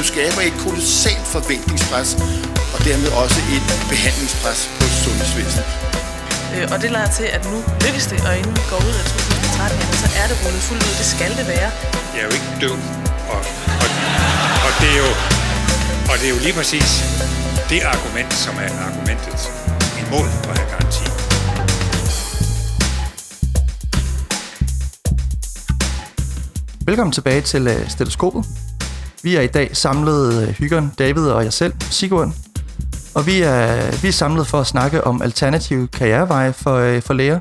skaber et kolossalt forventningspres, og dermed også et behandlingspres på sundhedsvæsenet. Og det lader til, at nu lykkes det, og inden vi går ud af 2013, så er det rullet fuldt ud. Det skal det være. Jeg er jo ikke død, og det er jo lige præcis det argument, som er argumentet imod at have garanti. Velkommen tilbage til Stetoskopet. Vi er i dag samlet, Hygen, David og jeg selv, Sigurd. Og vi er samlet for at snakke om alternative karriereveje for læger.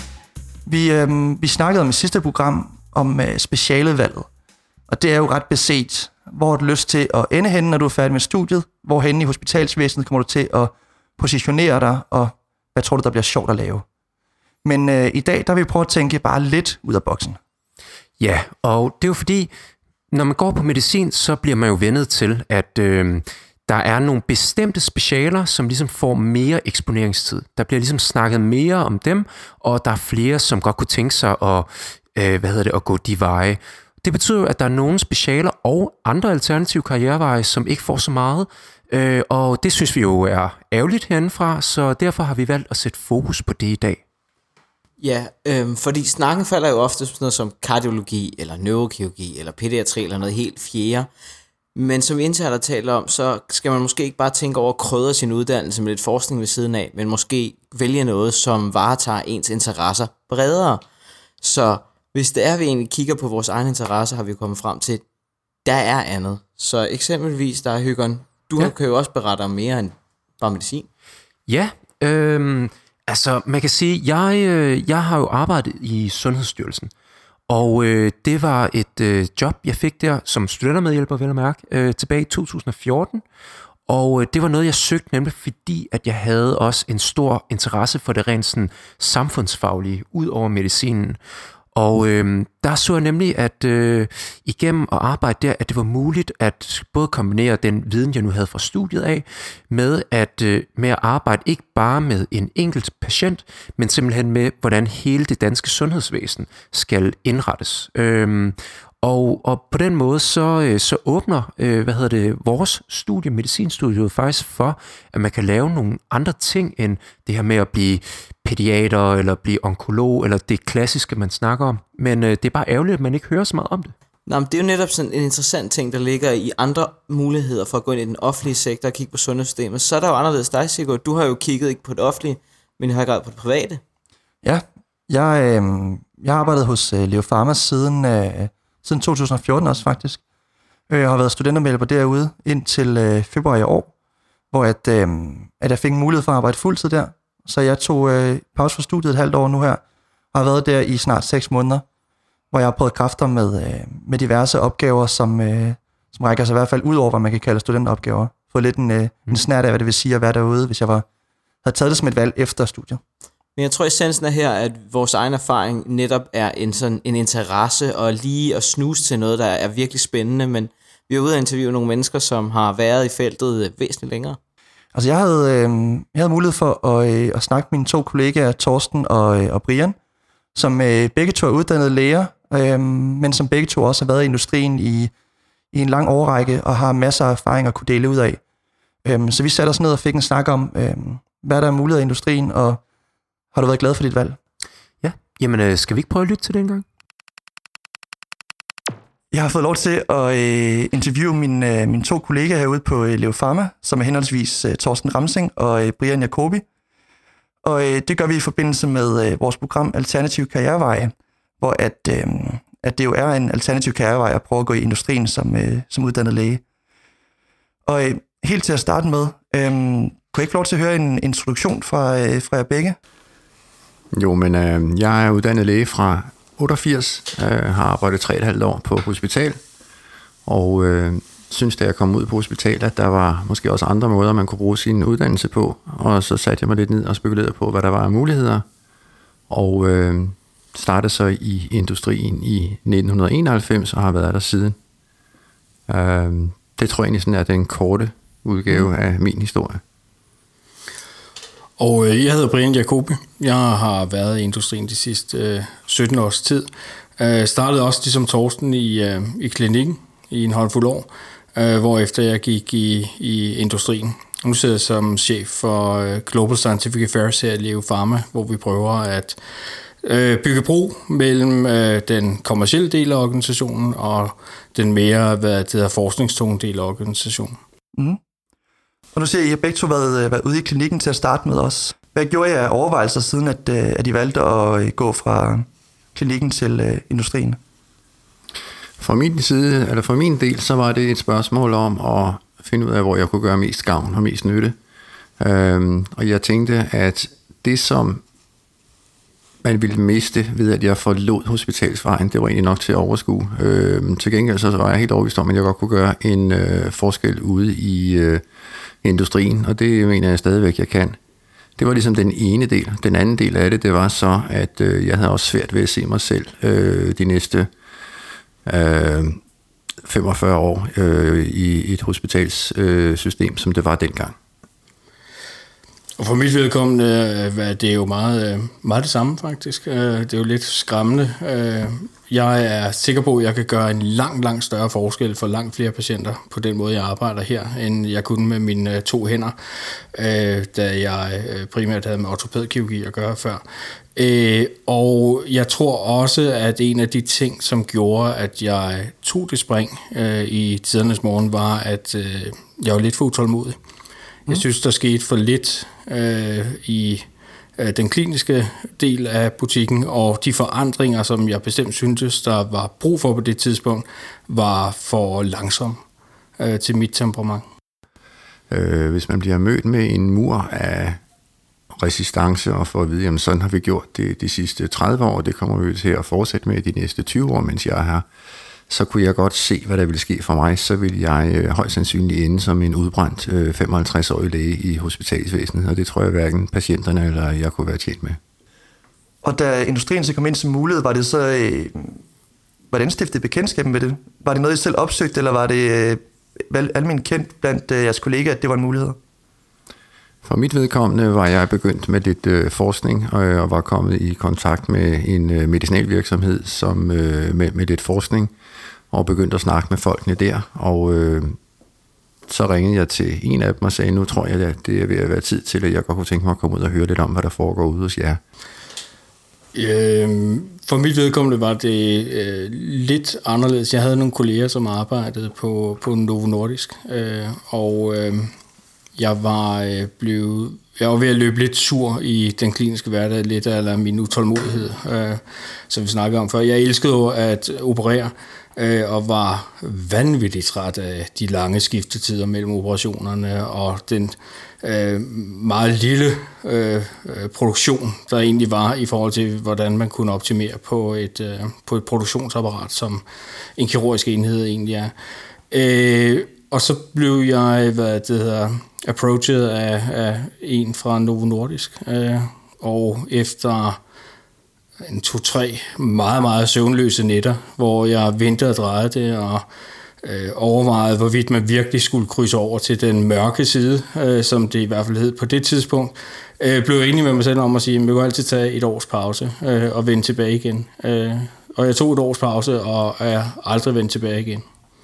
Vi snakkede om i sidste program om specialevalget. Og det er jo ret beset. Hvor har du lyst til at ende henne, når du er færdig med studiet? Hvor henne i hospitalsvæsenet kommer du til at positionere dig? Og hvad tror du, der bliver sjovt at lave? Men i dag, der vil vi prøve at tænke bare lidt ud af boksen. Ja, og det er jo fordi, når man går på medicin, så bliver man jo vendet til, at der er nogle bestemte specialer, som ligesom får mere eksponeringstid. Der bliver ligesom snakket mere om dem, og der er flere, som godt kunne tænke sig at gå de veje. Det betyder jo, at der er nogle specialer og andre alternative karriereveje, som ikke får så meget, og det synes vi jo er ærgerligt herindefra, så derfor har vi valgt at sætte fokus på det i dag. Ja, fordi snakken falder jo ofte sådan noget som kardiologi, eller neurokirurgi, eller pædiatri, eller noget helt fjerde. Men som vi indtil har talt om, så skal man måske ikke bare tænke over at krydre sin uddannelse med lidt forskning ved siden af, men måske vælge noget, som varetager ens interesser bredere. Så hvis det er, at vi egentlig kigger på vores egne interesser, har vi kommet frem til, der er andet. Så eksempelvis, der er Hygen, du kan jo også berette om mere end bare medicin. Ja, altså man kan sige, jeg har jo arbejdet i Sundhedsstyrelsen, og det var et job, jeg fik der som studentermedhjælper, vel at mærke, tilbage i 2014. Og det var noget, jeg søgte, nemlig fordi, at jeg havde også en stor interesse for det rent sådan samfundsfaglige, ud over medicinen. Og der så jeg nemlig, at igennem at arbejde der, at det var muligt at både kombinere den viden, jeg nu havde fra studiet af, med at arbejde ikke bare med en enkelt patient, men simpelthen med, hvordan hele det danske sundhedsvæsen skal indrettes. Og på den måde så åbner vores studie, medicinstudiet, faktisk for, at man kan lave nogle andre ting end det her med at blive pædiater eller blive onkolog eller det klassiske, man snakker om. Men det er bare ærgerligt, at man ikke hører så meget om det. Nå, men det er jo netop sådan en interessant ting, der ligger i andre muligheder for at gå ind i den offentlige sektor og kigge på sundhedssystemet. Så er der jo anderledes dig, Sigurd. Du har jo kigget ikke på det offentlige, men i høj grad på det private. Ja, jeg har arbejdet hos Leo Pharma siden 2014 også faktisk. Jeg har været studentermedhjælper derude indtil februar i år, hvor at jeg fik en mulighed for at arbejde fuldtid der. Så jeg tog pause fra studiet et halvt år nu her, og har været der i snart 6 måneder, hvor jeg har prøvet kræfter med diverse opgaver, som rækker sig i hvert fald ud over, hvad man kan kalde studenteropgaver. Fået lidt en snært af, hvad det vil sige at være derude, hvis jeg havde taget det som et valg efter studiet. Men jeg tror essensen er her, at vores egen erfaring netop er en interesse og lige at snuse til noget, der er virkelig spændende, men vi er ude at interviewe nogle mennesker, som har været i feltet væsentligt længere. Altså jeg havde mulighed for at snakke med mine 2 kollegaer, Torsten og Brian, som begge to er uddannede læger, men som begge to også har været i industrien i en lang årrække og har masser af erfaring at kunne dele ud af. Så vi satte os ned og fik en snak om, hvad der er muligt i industrien, og har du været glad for dit valg? Ja, jamen skal vi ikke prøve at lytte til det en gang? Jeg har fået lov til at interviewe mine 2 kollegaer herude på Leo Pharma, som er henholdsvis Torsten Ramsing og Brian Jacobi. Og det gør vi i forbindelse med vores program Alternative Karriereveje, hvor at det jo er en alternativ karrierevej at prøve at gå i industrien som uddannet læge. Og helt til at starte med, kunne jeg ikke få lov til at høre en introduktion fra jer begge? Jo, men jeg er uddannet læge fra 88, har arbejdet 3,5 år på hospital, og synes, da jeg kom ud på hospital, at der var måske også andre måder, man kunne bruge sin uddannelse på, og så satte jeg mig lidt ned og spekulerede på, hvad der var af muligheder, og startede så i industrien i 1991, og har været der siden. Det tror jeg egentlig sådan er den korte udgave af min historie. Og jeg hedder Brian Jacobi. Jeg har været i industrien de sidste 17 års tid. Startede også ligesom Torsten i klinikken i en håndfuld år. hvorefter jeg gik i industrien. Nu sidder jeg som chef for Global Scientific Affairs her i Leo Pharma, hvor vi prøver at bygge bro mellem den kommercielle del af organisationen og den mere forskningstunge del af organisationen. Mm. Og nu ser I, at I begge to været ude i klinikken til at starte med os. Hvad gjorde I af overvejelser siden, at I valgte at gå fra klinikken til industrien? Fra min del, så var det et spørgsmål om at finde ud af, hvor jeg kunne gøre mest gavn og mest nytte. Og jeg tænkte, at det, som man ville miste ved, at jeg forlod hospitalsvejen, det var egentlig nok til at overskue. Til gengæld så var jeg helt overbevist om, at jeg godt kunne gøre en forskel ude i industrien, og det mener jeg stadigvæk, jeg kan. Det var ligesom den ene del. Den anden del af det var så, at jeg havde også svært ved at se mig selv de næste 45 år i et hospitalssystem, som det var dengang. Og for mit vedkommende det er jo meget det samme faktisk. Det er jo lidt skræmmende. Jeg er sikker på, at jeg kan gøre en langt større forskel for langt flere patienter på den måde, jeg arbejder her, end jeg kunne med mine 2 hænder, da jeg primært havde med ortopædkirurgi at gøre før. Og jeg tror også, at en af de ting, som gjorde, at jeg tog det spring i tidernes morgen, var, at jeg var lidt for utålmodig. Jeg synes, der skete for lidt i den kliniske del af butikken, og de forandringer, som jeg bestemt syntes, der var brug for på det tidspunkt, var for langsom til mit temperament. Hvis man bliver mødt med en mur af resistance og får at vide, jamen sådan har vi gjort det de sidste 30 år, det kommer vi til at fortsætte med de næste 20 år, mens jeg er her, så kunne jeg godt se, hvad der ville ske for mig. Så ville jeg højst sandsynligt ende som en udbrændt 55-årig læge i hospitalsvæsenet, og det tror jeg hverken patienterne eller jeg kunne være tjent med. Og da industrien så kom ind som mulighed, var det så, hvordan stiftede bekendtskaben med det? Var det noget, I selv opsøgte, eller var det almindeligt kendt blandt jeres kollegaer, at det var en mulighed? For mit vedkommende var jeg begyndt med lidt forskning, og var kommet i kontakt med en medicinalvirksomhed som, med lidt forskning, og begyndte at snakke med folkene der. Og så ringede jeg til en af dem og sagde, nu tror jeg, at det er ved at være tid til, at jeg godt kunne tænke mig at komme ud og høre lidt om, hvad der foregår ude hos jer. For mit vedkommende var det lidt anderledes. Jeg havde nogle kolleger, som arbejdede på Novo Nordisk, og jeg var ved at løbe lidt sur i den kliniske hverdag, lidt af min utålmodighed, som vi snakkede om før. Jeg elskede jo at operere, og var vanvittigt træt af de lange skiftetider mellem operationerne, og den meget lille produktion, der egentlig var i forhold til, hvordan man kunne optimere på et produktionsapparat, som en kirurgisk enhed egentlig er. Og så blev jeg, approached af en fra Novo Nordisk, og efter 2-3 meget søvnløse nætter, hvor jeg ventede og drejede det, og overvejede, hvorvidt man virkelig skulle krydse over til den mørke side, som det i hvert fald hed på det tidspunkt, blev jeg enig med mig selv om at sige, at jeg kunne altid tage et års pause og vende tilbage igen. Og jeg tog et års pause, og er aldrig vendt tilbage igen.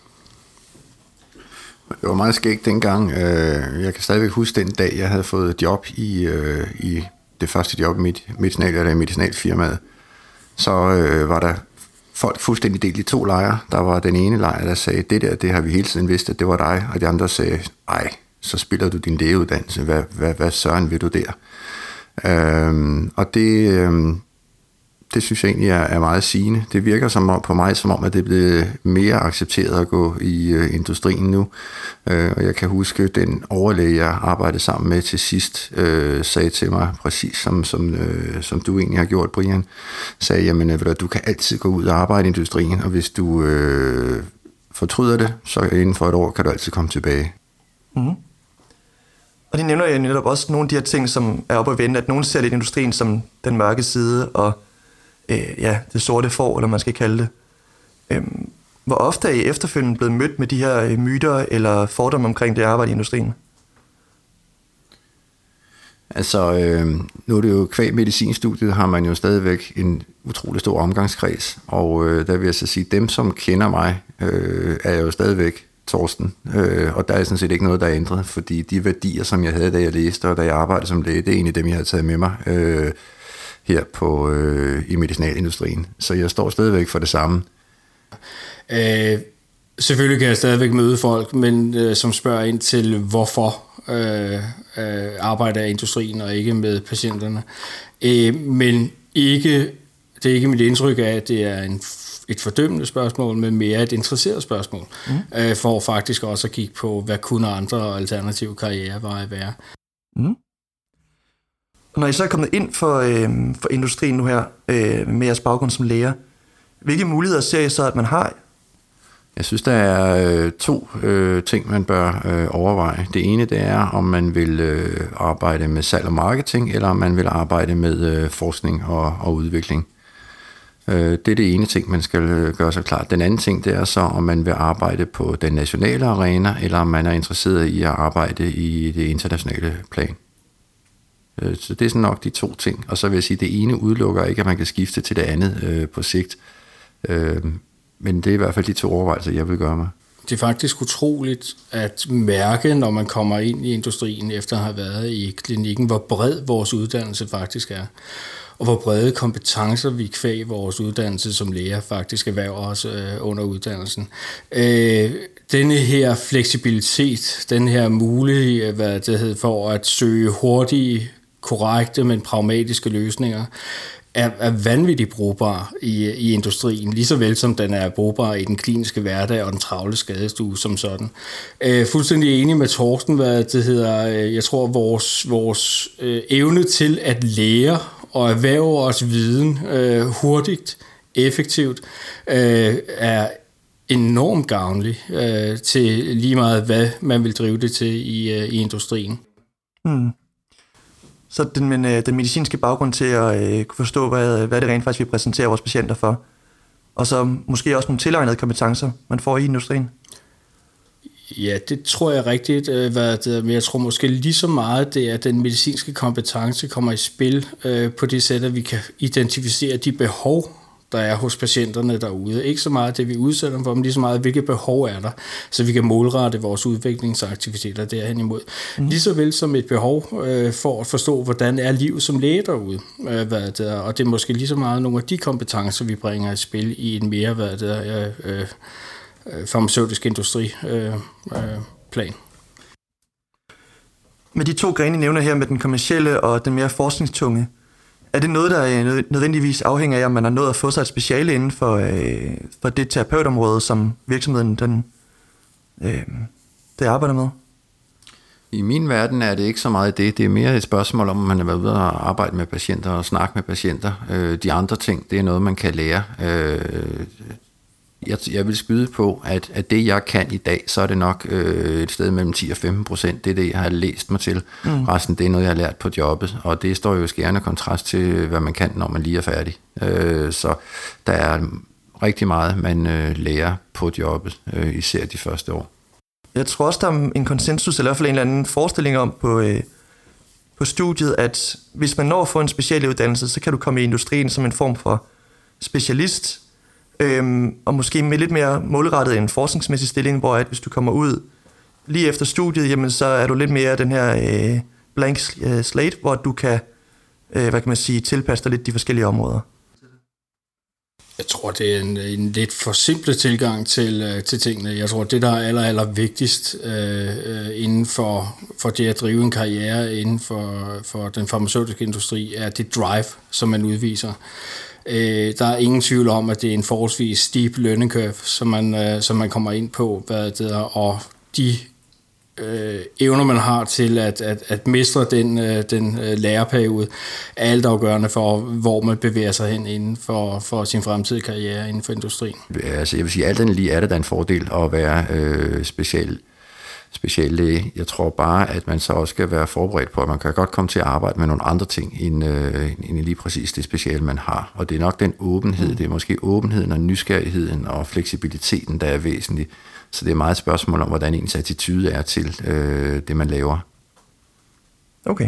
Det var meget skægt dengang. Jeg kan stadigvæk huske den dag, jeg havde fået job i det første job i mit medicinalfirmaet. Så var der folk fuldstændig delt i 2 lejre. Der var den ene lejr, der sagde, det har vi hele tiden vidst, at det var dig. Og de andre sagde, ej, så spiller du din lægeuddannelse. Hvad søren vil du der? Og det synes jeg egentlig er meget sigende. Det virker på mig som om, at det er blevet mere accepteret at gå i industrien nu. Og jeg kan huske, den overlæge, jeg arbejdede sammen med til sidst, sagde til mig, præcis som du egentlig har gjort, Brian, sagde, jamen, du kan altid gå ud og arbejde i industrien, og hvis du fortryder det, så inden for et år kan du altid komme tilbage. Mm-hmm. Og det nævner jeg netop også nogle af de her ting, som er oppe at vende, at nogen ser lidt industrien som den mørke side, og det sorte får, eller man skal kalde det. Hvor ofte er I efterfølgende blevet mødt med de her myter eller fordomme omkring det arbejde i industrien? Altså, nu er det jo kvæg medicinstudiet, har man jo stadigvæk en utrolig stor omgangskreds, og der vil jeg så sige, dem som kender mig, er jeg jo stadigvæk Torsten. Og der er sådan set ikke noget, der er ændret, fordi de værdier, som jeg havde, da jeg læste, og da jeg arbejdede som læge, det er egentlig dem, jeg har taget med mig her i medicinalindustrien. Så jeg står stadigvæk for det samme. Selvfølgelig kan jeg stadigvæk møde folk, men som spørger ind til, hvorfor arbejder jeg i industrien og ikke med patienterne. Men det er ikke mit indtryk af, at det er et fordømmende spørgsmål, men mere et interesseret spørgsmål, for faktisk også at kigge på, hvad kunne andre alternative karriereveje være. Mm. Når I så er kommet ind for industrien nu her, med jeres baggrund som læger, hvilke muligheder ser I så, at man har? Jeg synes, der er to ting, man bør overveje. Det ene, det er, om man vil arbejde med salg og marketing, eller om man vil arbejde med forskning og udvikling. Det er det ene ting, man skal gøre sig klart. Den anden ting, det er så, om man vil arbejde på den nationale arena, eller om man er interesseret i at arbejde i det internationale plan. Så det er sådan nok de to ting. Og så vil jeg sige, at det ene udelukker ikke, at man kan skifte til det andet på sigt. Men det er i hvert fald de to overvejelser, jeg vil gøre mig. Det er faktisk utroligt at mærke, når man kommer ind i industrien, efter at have været i klinikken, hvor bred vores uddannelse faktisk er. Og hvor brede kompetencer vi kvæg vores uddannelse som læger faktisk erhverver os under uddannelsen. Denne her fleksibilitet, den her mulighed for at søge hurtige, korrekte, men pragmatiske løsninger, er vanvittigt brugbar i industrien, lige så vel som den er brugbar i den kliniske hverdag og den travle skadestue som sådan. Fuldstændig enig med Torsten, hvad det hedder. Jeg tror, vores evne til at lære og erhverve os viden hurtigt, effektivt, er enormt gavnlig til lige meget, hvad man vil drive det til i industrien. Så den medicinske baggrund til at kunne forstå, hvad det rent faktisk vi præsenterer vores patienter for, og så måske også nogle tilegnede kompetencer, man får i industrien? Ja, det tror jeg rigtigt, men jeg tror måske lige så meget, det er, at den medicinske kompetence kommer i spil på det sæt, at vi kan identificere de behov, der er hos patienterne derude. Ikke så meget det, vi udsætter dem for, men lige så meget, hvilke behov er der, så vi kan målrette vores udviklingsaktiviteter derhen imod. Lige så vel som et behov for at forstå, hvordan er livet som læge derude. Og det er måske lige så meget nogle af de kompetencer, vi bringer i spil i en mere farmaceutisk industriplan. Med de to grene, I nævner her, med den kommercielle og den mere forskningstunge, er det noget, der nødvendigvis afhænger af, om man har nået at få sig et speciale inden for det terapeutområde, som virksomheden det arbejder med? I min verden er det ikke så meget det. Det er mere et spørgsmål om, man har været ude og arbejde med patienter og snakke med patienter. De andre ting, det er noget, man kan lære. Jeg vil skyde på, at det, jeg kan i dag, så er det nok et sted mellem 10 og 15%. Det er det, jeg har læst mig til. Resten, det er noget, jeg har lært på jobbet, og det står jo i skærende kontrast til, hvad man kan, når man lige er færdig. Så der er rigtig meget, man lærer på jobbet, især de første år. Jeg tror også, der er en konsensus, eller i hvert fald en eller anden forestilling om på studiet, at hvis man når at få en specialuddannelse, så kan du komme i industrien som en form for specialist, og måske med lidt mere målrettet en forskningsmæssig stilling, hvor at hvis du kommer ud lige efter studiet, jamen så er du lidt mere den her blank slate, hvor du kan, tilpasse dig lidt de forskellige områder. Jeg tror, det er en lidt forsimplet tilgang til tingene. Jeg tror, det, der er aller vigtigst inden for det at drive en karriere inden for den farmaceutiske industri, er det drive, som man udviser. Der er ingen tvivl om, at det er en forholdsvis steep learning curve, som man kommer ind på, og de evner, man har til at mestre den læreperiode, er altafgørende for, hvor man bevæger sig hen inden for sin fremtidige karriere inden for industrien. Altså, jeg vil sige, alt andet lige er det da en fordel at være speciallæge. Jeg tror bare, at man så også skal være forberedt på, at man kan godt komme til at arbejde med nogle andre ting, end lige præcis det speciale, man har. Og det er nok den åbenhed, det er måske åbenheden og nysgerrigheden og fleksibiliteten, der er væsentlig. Så det er meget et spørgsmål om, hvordan ens attitude er til det, man laver. Okay.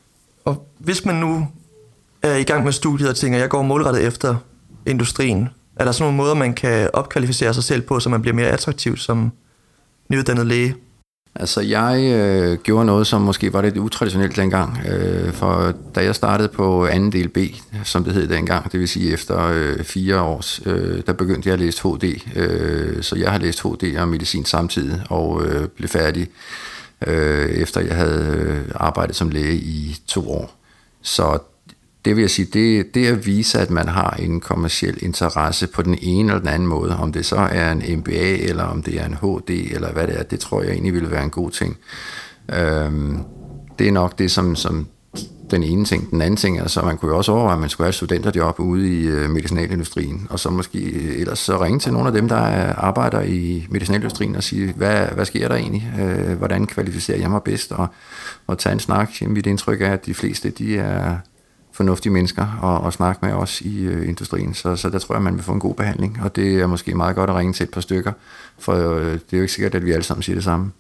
Og hvis man nu er i gang med studiet og tænker, jeg går målrettet efter industrien, Er der sådan nogle måder, man kan opkvalificere sig selv på, så man bliver mere attraktiv som nyuddannet læge? Altså, jeg gjorde noget, som måske var lidt utraditionelt dengang. For da jeg startede på anden del B, som det hed dengang, det vil sige efter 4 års, der begyndte jeg at læse HD. Så jeg har læst HD og medicin samtidig, og blev færdig efter jeg havde arbejdet som læge i 2 år. Så det vil jeg sige, det at vise, at man har en kommerciel interesse på den ene eller den anden måde, om det så er en MBA, eller om det er en HD, eller hvad det er, det tror jeg egentlig ville være en god ting. Det er nok det, som den ene ting. Den anden ting er, så man kunne jo også overveje, at man skulle have studenterjob ude i medicinalindustrien, og så måske ellers så ringe til nogle af dem, der arbejder i medicinalindustrien, og sige, hvad sker der egentlig? Hvordan kvalificerer jeg mig bedst? Og tage en snak. Mit indtryk er, at de fleste, de er fornuftige mennesker og snakke med os i industrien, så der tror jeg, man vil få en god behandling, og det er måske meget godt at ringe til et par stykker, for det er jo ikke sikkert, at vi alle sammen siger det samme.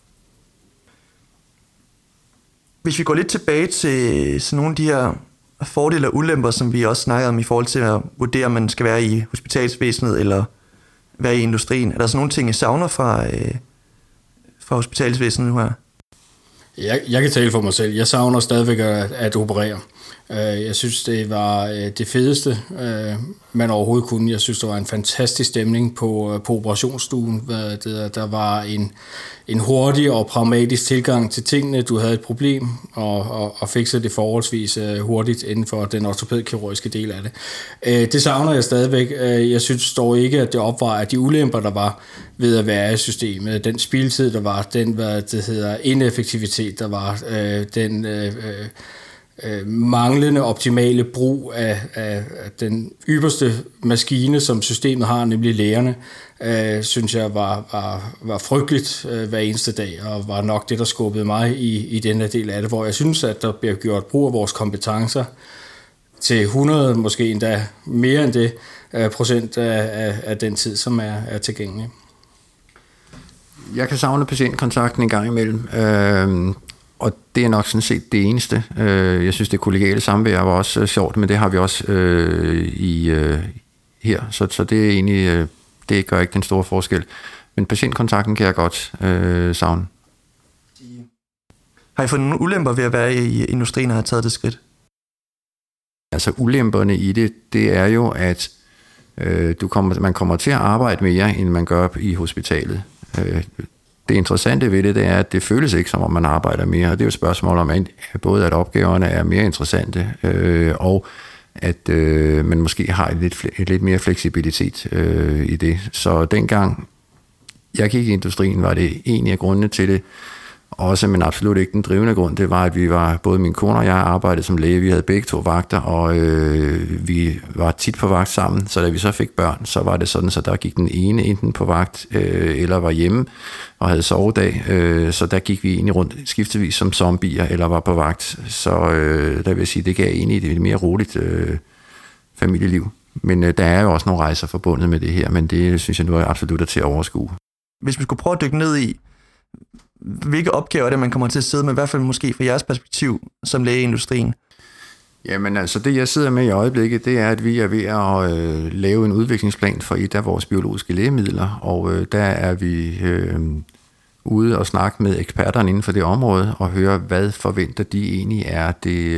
Hvis vi går lidt tilbage til sådan nogle af de her fordele og ulemper, som vi også snakkede om i forhold til at vurdere, om man skal være i hospitalsvæsenet eller være i industrien, er der sådan nogle ting, I savner fra hospitalsvæsenet nu her? Jeg kan tale for mig selv. Jeg savner stadigvæk at operere. Jeg synes, det var det fedeste, man overhovedet kunne. Jeg synes, der var en fantastisk stemning på operationsstuen. Der var en hurtig og pragmatisk tilgang til tingene. Du havde et problem, og fikset det forholdsvis hurtigt inden for den ortopædkirurgiske del af det. Det savner jeg stadigvæk. Jeg synes dog ikke, at det opvejer de ulemper, der var ved at være i systemet. Den spildtid, der var, den ineffektivitet, der var, den manglende optimale brug af den ypperste maskine, som systemet har, nemlig lægerne, synes jeg var frygteligt hver eneste dag, og var nok det, der skubbede mig i den her del af det, hvor jeg synes, at der bliver gjort brug af vores kompetencer til 100, måske endda mere end det, procent af den tid, som er tilgængelig. Jeg kan savne patientkontakten en gang imellem, og det er nok sådan set det eneste. Jeg synes, det kollegiale samvær var også sjovt, men det har vi også her, så det er egentlig, det gør ikke den store forskel. Men patientkontakten kan jeg godt savne. Har I fundet nogle ulemper ved at være i industrien og have taget det skridt? Altså ulemperne i det er jo, at man kommer til at arbejde mere, end man gør i hospitalet. Det interessante ved det er, at det føles ikke som om man arbejder mere, og det er jo et spørgsmål om både, at opgaverne er mere interessante, og at man måske har lidt mere fleksibilitet i det. Så dengang jeg gik i industrien, var det en af grundene til det, også, men absolut ikke den drivende grund. Det var, at vi var, både min kone og jeg arbejdede som læge, vi havde begge 2 vagter, og vi var tit på vagt sammen, så da vi så fik børn, så var det sådan, så der gik den ene enten på vagt, eller var hjemme og havde sovedag, så der gik vi egentlig rundt skiftevis som zombier, eller var på vagt, så der vil jeg sige, det gav egentlig et mere roligt familieliv. Men der er jo også nogle rejser forbundet med det her, men det synes jeg nu er absolut til at overskue. Hvis vi skulle prøve at dykke ned i, hvilke opgaver er det, man kommer til at sidde med, i hvert fald måske fra jeres perspektiv som læge i industrien? Jamen altså, det jeg sidder med i øjeblikket, det er, at vi er ved at lave en udviklingsplan for et af vores biologiske lægemidler, og der er vi ude og snakke med eksperterne inden for det område, og høre, hvad forventer de egentlig er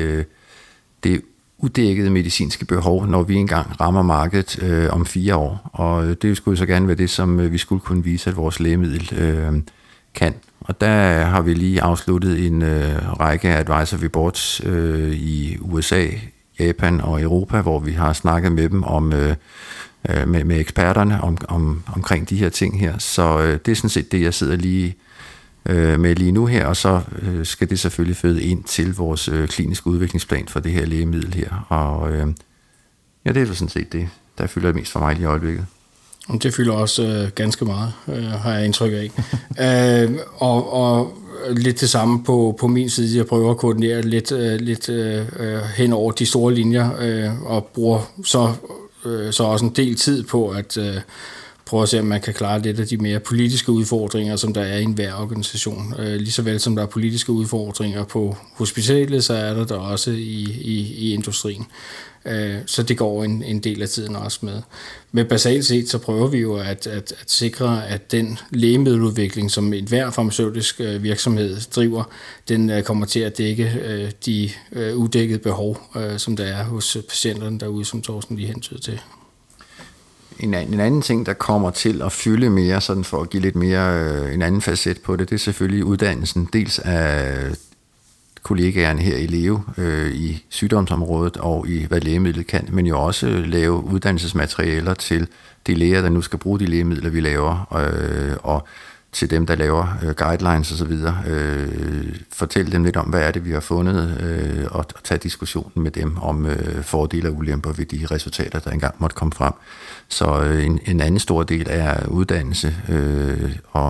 det udækkede medicinske behov, når vi engang rammer markedet om 4 år. Og det skulle så gerne være det, som vi skulle kunne vise, at vores lægemiddel kan. Og der har vi lige afsluttet en række advisory boards i USA, Japan og Europa, hvor vi har snakket med dem om med eksperterne omkring de her ting her. Så det er sådan set det, jeg sidder med lige nu her, og så skal det selvfølgelig føde ind til vores kliniske udviklingsplan for det her lægemiddel her. Og ja, det er sådan set det, der fylder mest for mig lige i øjeblikket. Det fylder også ganske meget, har jeg indtryk af. Og lidt det samme på min side. Jeg prøver at koordinere lidt hen over de store linjer, og bruger så også en del tid på prøve at se, om man kan klare lidt af de mere politiske udfordringer, som der er i enhver organisation. Lige så vel som der er politiske udfordringer på hospitalet, så er der også i industrien. Så det går en del af tiden også med. Men basalt set, så prøver vi jo at sikre, at den lægemiddeludvikling, som enhver farmaceutisk virksomhed driver, den kommer til at dække de udækkede behov, som der er hos patienterne derude, som Torsten lige hentyder til. En anden ting, der kommer til at fylde mere, sådan for at give lidt mere en anden facet på det, det er selvfølgelig uddannelsen, dels af kollegaerne her i Leo i sygdomsområdet og i hvad lægemidlet kan, men jo også lave uddannelsesmaterialer til de læger, der nu skal bruge de lægemidler, vi laver, og til dem, der laver guidelines osv. Fortælle dem lidt om, hvad er det, vi har fundet, og tage diskussionen med dem om fordele og ulemper ved de resultater, der engang måtte komme frem. Så en anden stor del er uddannelse og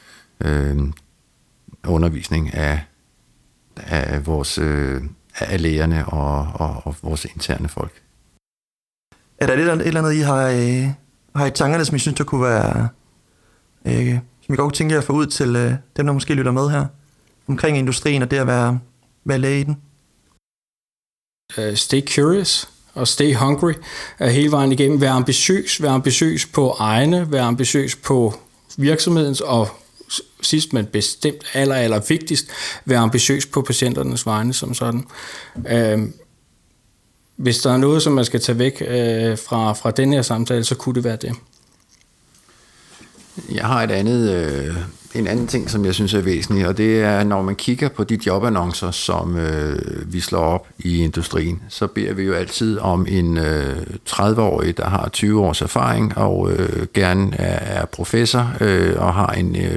undervisning af vores af lægerne og vores interne folk. Er der et eller andet, I har i tankerne, som I synes, der kunne være, som I godt kunne tænke jer at få ud til dem, der måske lytter med her, omkring industrien og det at være læge i den? Stay curious og stay hungry hele vejen igennem. Vær ambitiøs på egne, vær ambitiøs på virksomhedens, og sidst, men bestemt aller vigtigst, være ambitiøs på patienternes vegne som sådan. Hvis der er noget, som man skal tage væk fra den her samtale, så kunne det være det. Jeg har en anden ting, som jeg synes er væsentlig, og det er, når man kigger på de jobannoncer, som vi slår op i industrien, så beder vi jo altid om en 30-årig, der har 20 års erfaring, og gerne er professor, og har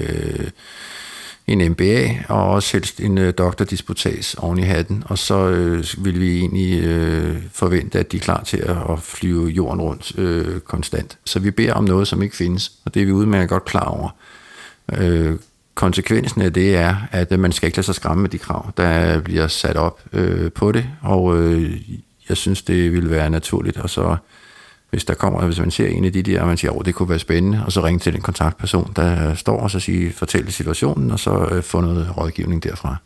en MBA, og også helst en doktordisputats oven i hatten, og så vil vi egentlig forvente, at de er klar til at flyve jorden rundt konstant. Så vi beder om noget, som ikke findes, og det er vi udmærket godt klar over. Konsekvensen af det er, at man skal ikke lade sig skræmme med de krav, der bliver sat op på det, og jeg synes, det vil være naturligt, og så hvis man ser en af de der, og man siger, det kunne være spændende, og så ringe til en kontaktperson, der står og så fortælle situationen, og så få noget rådgivning derfra.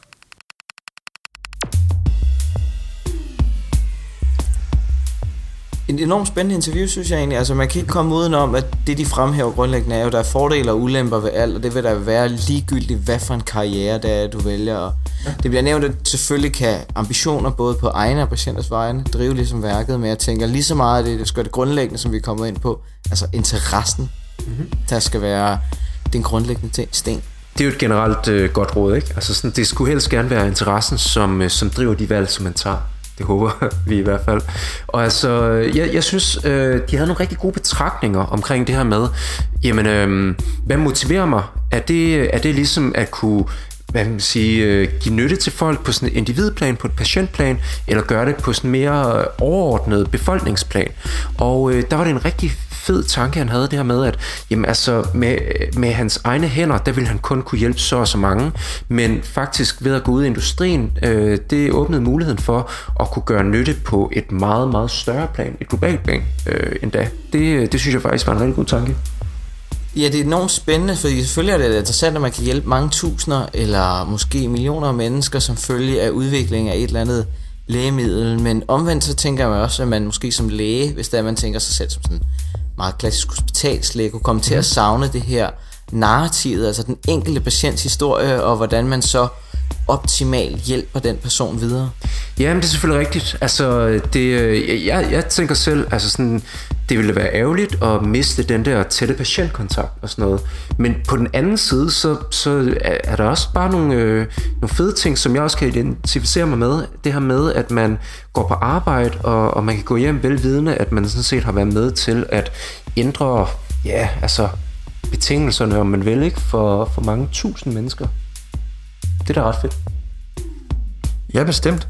En enormt spændende interview, synes jeg egentlig. Altså, man kan ikke komme udenom, at det, de fremhæver grundlæggende, er jo, der er fordele og ulemper ved alt, og det vil der være ligegyldigt, hvad for en karriere det er, du vælger. Og det bliver nævnt, at selvfølgelig kan ambitioner både på egne og patienters vegne drive ligesom værket, men jeg tænker lige så meget, at det skal være det grundlæggende, som vi kommer ind på, altså interessen, der skal være den grundlæggende sten. Det er jo et generelt godt råd, ikke? Altså sådan, det skulle helst gerne være interessen, som driver de valg, som man tager. Det håber vi i hvert fald. Og altså, jeg synes, de havde nogle rigtig gode betragtninger omkring det her med, jamen, hvad motiverer mig? Er det ligesom at kunne, hvad kan man sige, give nytte til folk på sådan et individplan, på et patientplan, eller gøre det på sådan mere overordnet befolkningsplan? Og der var det en rigtig fed tanke, han havde, det her med, at jamen, altså, med hans egne hænder, der ville han kun kunne hjælpe så og så mange, men faktisk ved at gå ud i industrien, det åbnede muligheden for at kunne gøre nytte på et meget, meget større plan, et globalt plan endda. Det synes jeg faktisk var en rigtig god tanke. Ja, det er enormt spændende, fordi selvfølgelig er det interessant, at man kan hjælpe mange tusinder eller måske millioner af mennesker som følge af udvikling af et eller andet lægemiddel, men omvendt så tænker jeg også, at man måske som læge, hvis der man tænker sig selv som sådan meget klassisk hospitalslæge, kunne komme til at savne det her narrativet, altså den enkelte patients historie, og hvordan man så optimalt hjælper den person videre. Jamen, det er selvfølgelig rigtigt. Altså, jeg tænker selv, altså sådan, det ville være ærgerligt at miste den der tætte patientkontakt og sådan noget. Men på den anden side, så er der også bare nogle fede ting, som jeg også kan identificere mig med. Det her med, at man går på arbejde, og man kan gå hjem velvidende, at man sådan set har været med til at ændre, ja, altså betingelserne, om man vil, ikke, for mange tusind mennesker. Det er da ret fedt. Ja, bestemt.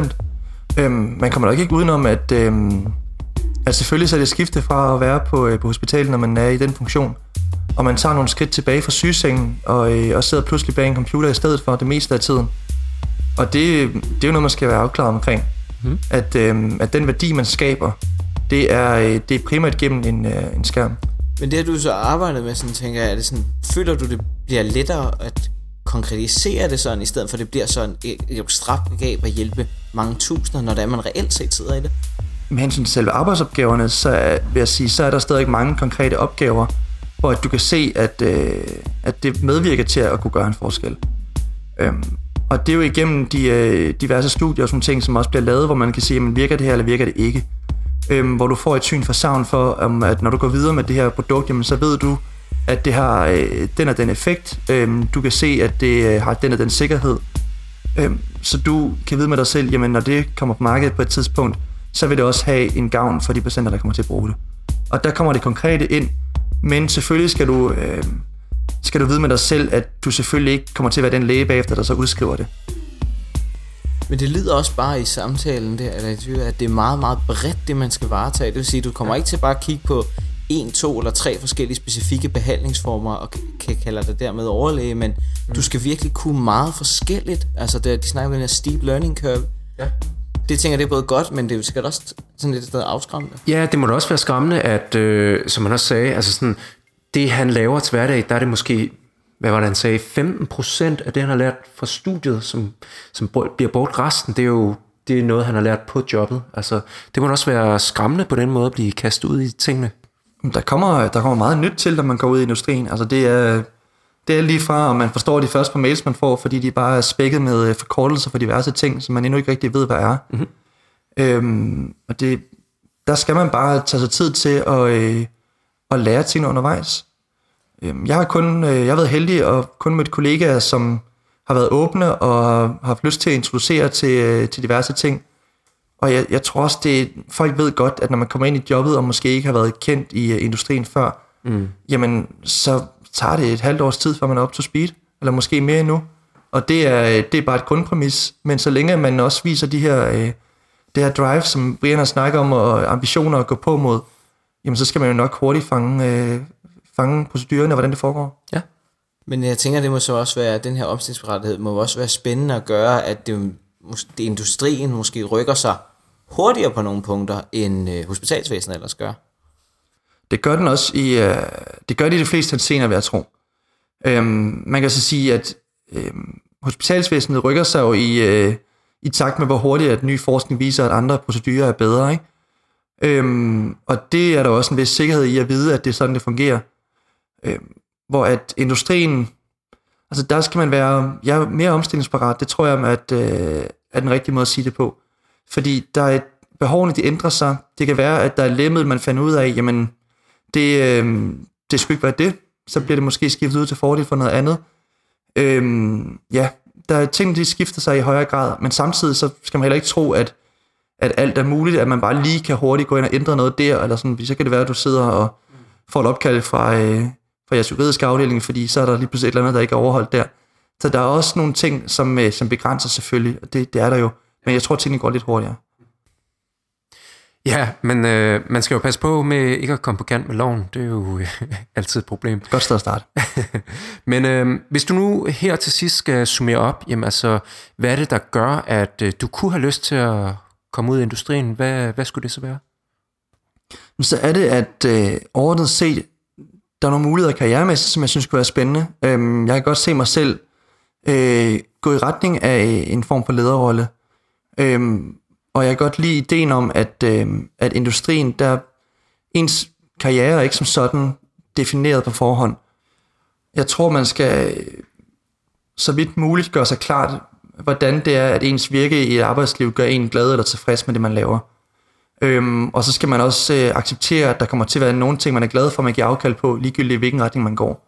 Man kommer nok ikke udenom, at selvfølgelig så er det skifte fra at være på hospitalet, når man er i den funktion, og man tager nogle skridt tilbage fra sygesengen, og sidder pludselig bag en computer i stedet for det meste af tiden. Og det er jo noget, man skal være afklaret omkring. At den værdi, man skaber, det er primært gennem en skærm. Men det har du så arbejdet med, sådan tænker jeg, er det sådan, føler du, det bliver lettere at konkretisere det sådan, i stedet for det bliver sådan et abstrakt begreb at hjælpe mange tusinder, når det er, man reelt set sidder i det? Med hensyn til selve arbejdsopgaverne, så vil jeg sige, så er der stadig mange konkrete opgaver, hvor at du kan se, at det medvirker til at kunne gøre en forskel. Og det er jo igennem de diverse studier og sådan ting, som også bliver lavet, hvor man kan se, om virker det her, eller virker det ikke. Hvor du får et syn for savn for, at når du går videre med det her produkt, jamen, så ved du, at det har den og den effekt. Du kan se, at det har den og den sikkerhed. Så du kan vide med dig selv, jamen når det kommer på markedet på et tidspunkt, så vil det også have en gavn for de patienter, der kommer til at bruge det. Og der kommer det konkrete ind, men selvfølgelig skal du vide med dig selv, at du selvfølgelig ikke kommer til at være den læge bagefter, der så udskriver det. Men det lyder også bare i samtalen der, at det er meget, meget bredt, det man skal varetage. Det vil sige, at du kommer ikke til bare at kigge på 1, 2 eller 3 forskellige specifikke behandlingsformer og kan kalde dig dermed overlæge, men du skal virkelig kunne meget forskelligt. Altså de snakker om den her steep learning curve. Ja. Det tænker det er både godt, men det er jo sikkert også sådan lidt afskræmmende. Ja, det må da også være skræmmende, at som han også sagde, altså sådan, det han laver til hverdag, der er det måske, hvad var det han sagde, 15% af det han har lært fra studiet, som bliver brugt. Resten, det er noget han har lært på jobbet. Altså, det må da også være skræmmende på den måde at blive kastet ud i tingene. Der kommer meget nyt til, når man går ud i industrien. Altså det er lige fra, om man forstår de første par mails, man får, fordi de bare er spækket med forkortelser for diverse ting, som man endnu ikke rigtig ved, hvad er. Mm-hmm. Og der skal man bare tage sig tid til at lære tingene undervejs. Jeg har været heldig og kun mødt kollegaer, som har været åbne og har haft lyst til at introducere til diverse ting. Og jeg tror også, folk ved godt, at når man kommer ind i jobbet og måske ikke har været kendt i industrien før, jamen så tager det et halvt års tid, før man er up to speed, eller måske mere endnu. Og det er bare et grundpræmis. Men så længe man også viser det her drive, som Brian har snakket om, og ambitioner at gå på mod, jamen så skal man jo nok hurtigt fange procedurerne og hvordan det foregår. Ja. Men jeg tænker, det må så også være, den her omstillingsparathed må også være spændende at gøre, at det industrien måske rykker sig hurtigere på nogle punkter, end hospitalsvæsenet ellers gør. Det gør den også det gør de fleste henseender, vil jeg tro. Man kan så sige, at hospitalsvæsenet rykker sig jo i takt med, hvor hurtigt at ny forskning viser, at andre procedurer er bedre, ikke? Og det er der også en vis sikkerhed i at vide, at det er sådan, det fungerer. Hvor at industrien, altså der skal man være mere omstillingsparat, det tror jeg, at er den rigtige måde at sige det på. Fordi der er behovene, de ændrer sig. Det kan være, at der er lægemiddel, man finder ud af, jamen, det skulle ikke være det. Så bliver det måske skiftet ud til fordel for noget andet. Ja, der er ting, de skifter sig i højere grad, men samtidig så skal man heller ikke tro, at alt er muligt, at man bare lige kan hurtigt gå ind og ændre noget der, eller sådan, så kan det være, at du sidder og får et opkald fra jeres juridiske afdeling, fordi så er der lige pludselig et eller andet, der ikke er overholdt der. Så der er også nogle ting, som begrænser selvfølgelig, og det er der jo. Men jeg tror, tingene går lidt hurtigere. Ja, men man skal jo passe på med ikke at komme på kant med loven. Det er jo altid et problem. Godt sted at starte. Men hvis du nu her til sidst skal summere op, jamen altså, hvad er det, der gør, at du kunne have lyst til at komme ud i industrien? Hvad skulle det så være? Så er det, at overordnet set, der er nogle muligheder karrieremæssigt, som jeg synes kunne være spændende. Jeg kan godt se mig selv gå i retning af en form for lederrolle. Og jeg kan godt lide ideen om, at industrien, der ens karriere er ikke som sådan defineret på forhånd. Jeg tror, man skal så vidt muligt gøre sig klart, hvordan det er, at ens virke i arbejdsliv gør en glad eller tilfreds med det, man laver. Og så skal man også acceptere, at der kommer til at være nogle ting, man er glad for, man giver afkald på, ligegyldigt i hvilken retning man går.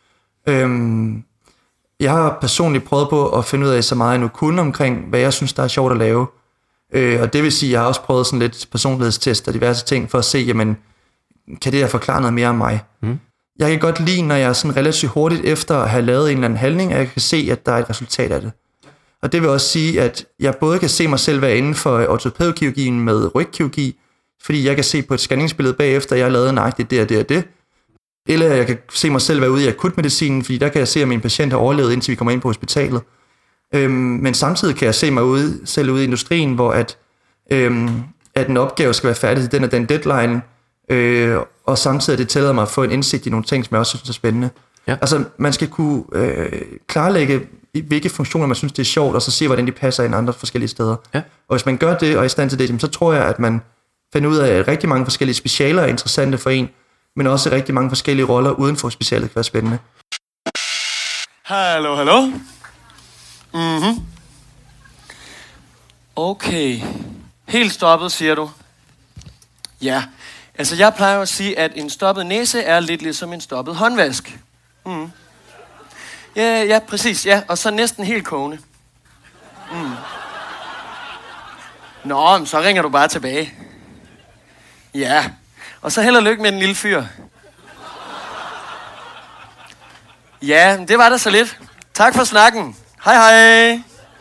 Jeg har personligt prøvet på at finde ud af så meget, jeg nu kunne omkring, hvad jeg synes, der er sjovt at lave. Og det vil sige, at jeg har også prøvet sådan lidt personlighedstest og diverse ting, for at se, jamen, kan det her forklare noget mere om mig? Jeg kan godt lide, når jeg sådan relativt hurtigt efter at have lavet en eller anden handling, at jeg kan se, at der er et resultat af det. Og det vil også sige, at jeg både kan se mig selv være inden for ortopædkirurgien med rygkirurgi, fordi jeg kan se på et scanningsbillede bagefter, at jeg har lavet nøjagtigt det og det og det. Eller jeg kan se mig selv være ude i akutmedicinen, fordi der kan jeg se, at min patient har overlevet, indtil vi kommer ind på hospitalet. Men samtidig kan jeg se mig selv ude i industrien, hvor at en opgave skal være færdig til den og den deadline, og samtidig det tillader mig at få en indsigt i nogle ting, som jeg også synes er spændende. Ja. Altså, man skal kunne klarlægge, hvilke funktioner man synes, det er sjovt, og så se, hvordan de passer ind andre forskellige steder. Ja. Og hvis man gør det, og er i stand til det, så tror jeg, at man finder ud af, at rigtig mange forskellige specialer er interessante for en, men også rigtig mange forskellige roller uden for specialet kan være spændende. Hallo, hallo. Mhm. Okay. Helt stoppet, siger du? Ja. Altså, jeg plejer at sige, at en stoppet næse er lidt ligesom en stoppet håndvask. Mm. Ja, præcis, ja. Og så næsten helt kogende. Mm. Nå, så ringer du bare tilbage. Ja. Og så held og lykke med den lille fyr. Ja, det var da så lidt. Tak for snakken. Hej hej.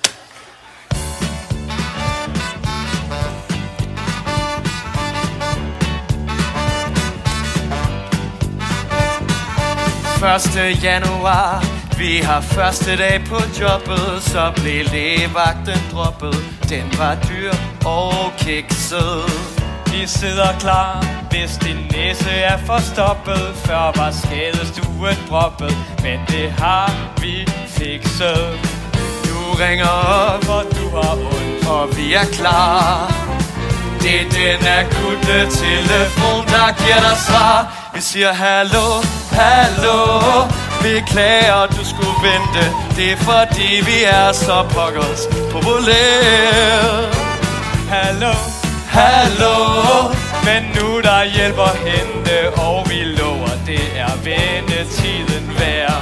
Første januar, vi har første dag på jobbet, så blev lægevagten droppet. Den var dyr og kikset. Vi sidder klar, hvis din næse er forstoppet. Før var skadestuen droppet, men det har vi fikset. Du ringer op, og du har ondt, og vi er klar. Det er den akutte telefon, der giver dig svar. Vi siger hallo, hallo. Beklager, du skulle vente. Det er fordi vi er så pokkers populære. Hallo, hallo. Men nu der hjælper hente, og vi lover, det er ventetiden værd.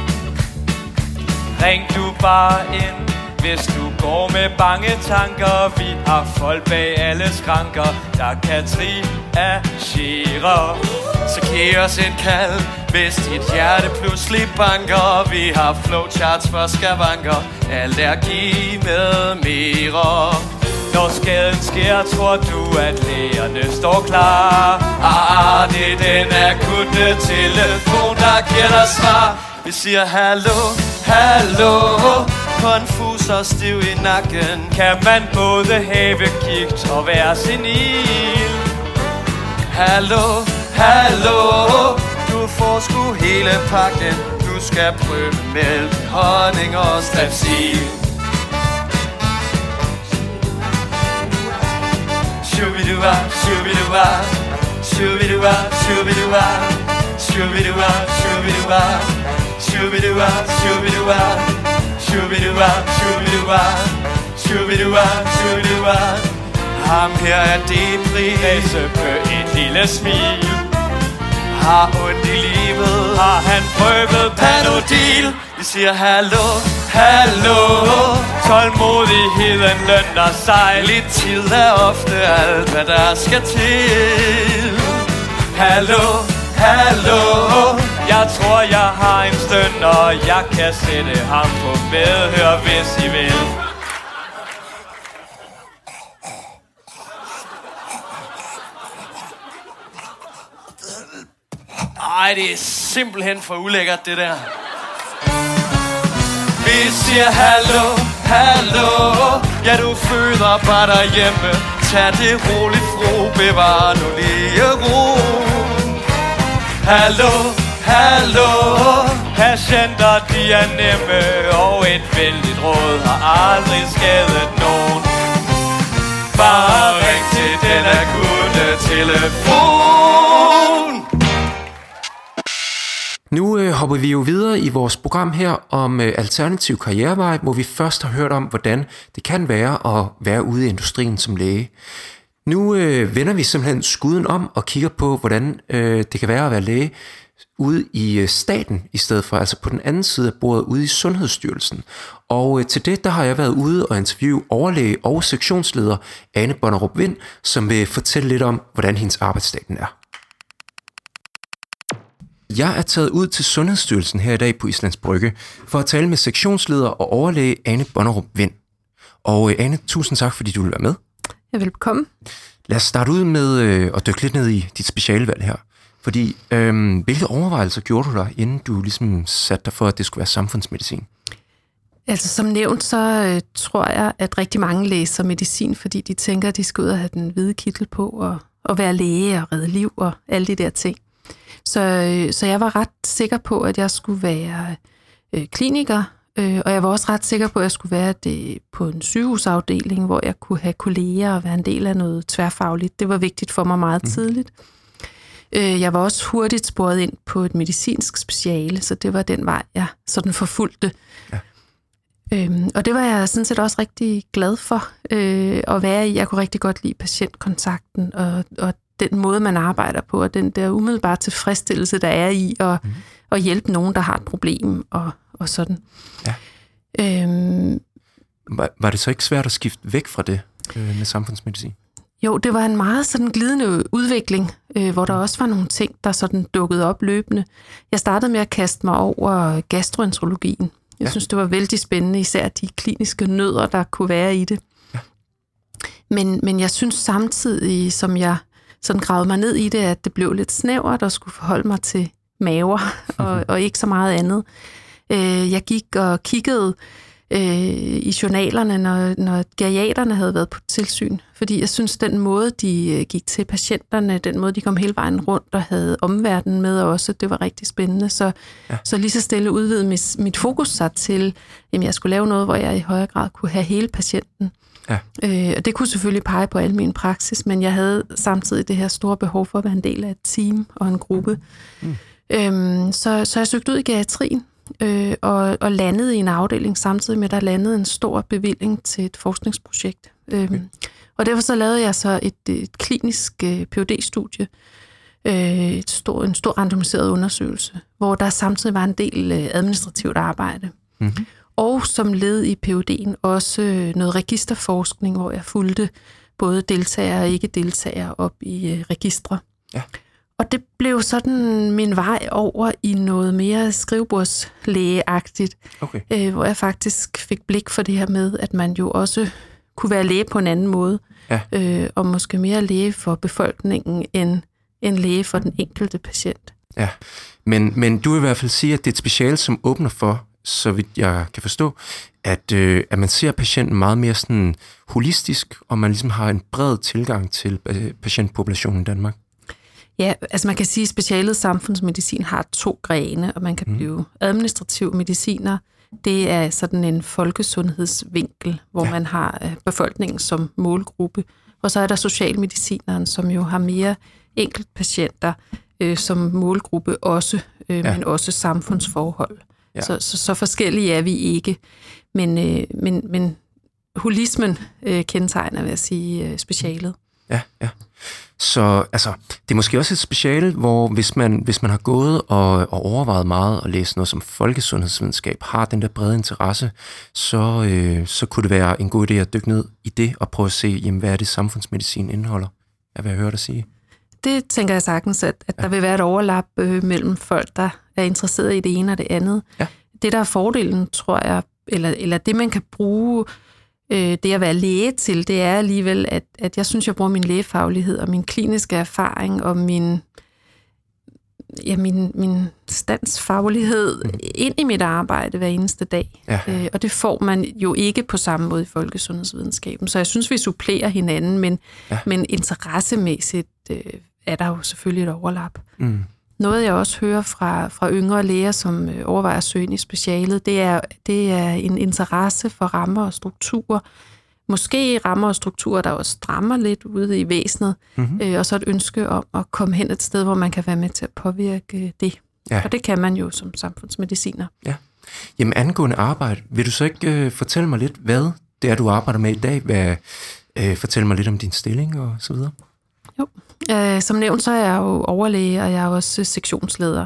Ring du bare ind, hvis du går med bange tanker. Vi har folk bag alle skranker, der kan triagere. Så giv os et kald, hvis dit hjerte pludselig banker. Vi har flowcharts for skavanker, allergi med mere. Når skaden sker, tror du, at lægerne står klar. Det er den akutte telefon, der giver dig svar. Vi siger hallo, hallo. Konfus og stiv i nakken. Kan man både have gigt og være senil? Hallo, hallo. Du får sgu hele pakken. Du skal prøve mælk, honning og strepsil. Shubidua, shubidua, shubidua, shubidua, shubidua, shubidua, shubidua, shubidua, shubidua, shubidua, shubidua, shubidua. Ham her er depri, læse på et lille smil. Har ondt i livet, har han prøvet Panodil. Vi siger hallo, hallo. Tålmodigheden lønner sig. Lidt tid er ofte alt, hvad der skal til. Hallo, hallo. Jeg tror, jeg har en stund, og jeg kan sætte ham på medhør, hvis I vil. Ej, det er simpelthen for ulækkert, det der. Vi siger hallo, hallo. Ja, du føder bare derhjemme. Tag det roligt, fru. Bevar nu lige ro. Hallo, hallo. Patienter, de er nemme. Og et vældigt råd har aldrig skadet nogen. Bare ring til den akutte telefon. Nu hopper vi jo videre i vores program her om alternativ karrierevej, hvor vi først har hørt om, hvordan det kan være at være ude i industrien som læge. Nu vender vi simpelthen skuden om og kigger på, hvordan det kan være at være læge ude i staten i stedet for, altså på den anden side af bordet ude i Sundhedsstyrelsen. Og til det, der har jeg været ude og interviewe overlæge og sektionsleder Ane Bonnerup Vind, som vil fortælle lidt om, hvordan hendes arbejdsdagen er. Jeg er taget ud til Sundhedsstyrelsen her i dag på Islands Brygge for at tale med sektionsleder og overlæge Ane Bonnerup Vind. Og Ane, tusind tak, fordi du vil være med. Ja, velkommen. Lad os starte ud med at dykke lidt ned i dit specialvalg her. Fordi, hvilke overvejelser gjorde du dig, inden du ligesom satte dig for, at det skulle være samfundsmedicin? Altså som nævnt, så tror jeg, at rigtig mange læser medicin, fordi de tænker, at de skal ud og have den hvide kittel på at være læge og redde liv og alle de der ting. Så jeg var ret sikker på, at jeg skulle være kliniker, og jeg var også ret sikker på, at jeg skulle være det på en sygehusafdeling, hvor jeg kunne have kolleger og være en del af noget tværfagligt. Det var vigtigt for mig meget tidligt. Jeg var også hurtigt sporet ind på et medicinsk speciale, så det var den vej, jeg sådan forfulgte. Ja. Og det var jeg sådan set også rigtig glad for at være i. Jeg kunne rigtig godt lide patientkontakten og den måde, man arbejder på, og den der umiddelbare tilfredsstillelse, der er i at hjælpe nogen, der har et problem og sådan. Ja. Var det så ikke svært at skifte væk fra det med samfundsmedicin? Jo, det var en meget sådan glidende udvikling, hvor der også var nogle ting, der sådan dukkede op løbende. Jeg startede med at kaste mig over gastroenterologien. Jeg synes, det var vældig spændende, især de kliniske nødder, der kunne være i det. Ja. Men jeg synes samtidig, som jeg sådan gravede mig ned i det, at det blev lidt snævert og skulle forholde mig til maver og ikke så meget andet. Jeg gik og kiggede i journalerne, når geriaterne havde været på tilsyn, fordi jeg synes, den måde, de gik til patienterne, den måde, de kom hele vejen rundt og havde omverdenen med også, det var rigtig spændende. Så lige så stille udvidede mit fokus sig til, at jeg skulle lave noget, hvor jeg i højere grad kunne have hele patienten. Ja. Og det kunne selvfølgelig pege på al min praksis, men jeg havde samtidig det her store behov for at være en del af et team og en gruppe. Så jeg søgte ud i geriatrien, og landede i en afdeling samtidig med, at der landede en stor bevilling til et forskningsprojekt. Okay. Og derfor så lavede jeg så et klinisk PhD-studie, en stor randomiseret undersøgelse, hvor der samtidig var en del administrativt arbejde. Mm-hmm. Og som led i PhD'en også noget registerforskning, hvor jeg fulgte både deltagere og ikke-deltagere op i registre. Ja. Og det blev sådan min vej over i noget mere skrivebordslægeagtigt, okay. Hvor jeg faktisk fik blik for det her med, at man jo også kunne være læge på en anden måde, og måske mere læge for befolkningen end læge for den enkelte patient. Ja, men du vil i hvert fald sige, at det er et speciale, som åbner for, så vidt jeg kan forstå, at man ser patienten meget mere sådan holistisk, og man ligesom har en bred tilgang til patientpopulationen i Danmark. Ja, altså man kan sige, at specialet samfundsmedicin har 2 grene, og man kan blive administrativ mediciner. Det er sådan en folkesundhedsvinkel, hvor man har befolkningen som målgruppe. Og så er der socialmedicineren, som jo har mere enkeltpatienter som målgruppe også, men også samfundsforhold. Ja. Så forskellige er vi ikke. Men holismen kendetegner, vil jeg sige, specialet. Ja. Så altså, det er måske også et speciale, hvor hvis man har gået og overvejet meget og læst noget som folkesundhedsvidenskab, har den der brede interesse, så kunne det være en god idé at dykke ned i det og prøve at se, jamen, hvad er det samfundsmedicin indeholder? Jeg vil høre dig sige. Det tænker jeg sagtens, at der vil være et overlap mellem folk, der er interesseret i det ene og det andet. Ja. Det, der er fordelen, tror jeg, eller det, man kan bruge det at være læge til, det er alligevel, at jeg synes, jeg bruger min lægefaglighed og min kliniske erfaring og min standsfaglighed ind i mit arbejde hver eneste dag. Ja. Og det får man jo ikke på samme måde i folkesundhedsvidenskaben. Så jeg synes, vi supplerer hinanden, men interessemæssigt er der jo selvfølgelig et overlap. Noget, jeg også hører fra yngre læger, som overvejer at søge ind i specialet, det er en interesse for rammer og strukturer. Måske rammer og strukturer, der også strammer lidt ude i væsenet, og så et ønske om at komme hen et sted, hvor man kan være med til at påvirke det. Ja. Og det kan man jo som samfundsmediciner. Ja. Jamen angående arbejde, vil du så ikke fortælle mig lidt, hvad det er, du arbejder med i dag? Fortæl mig lidt om din stilling og så videre. Jo. Som nævnt, så er jeg jo overlæge, og jeg er også sektionsleder.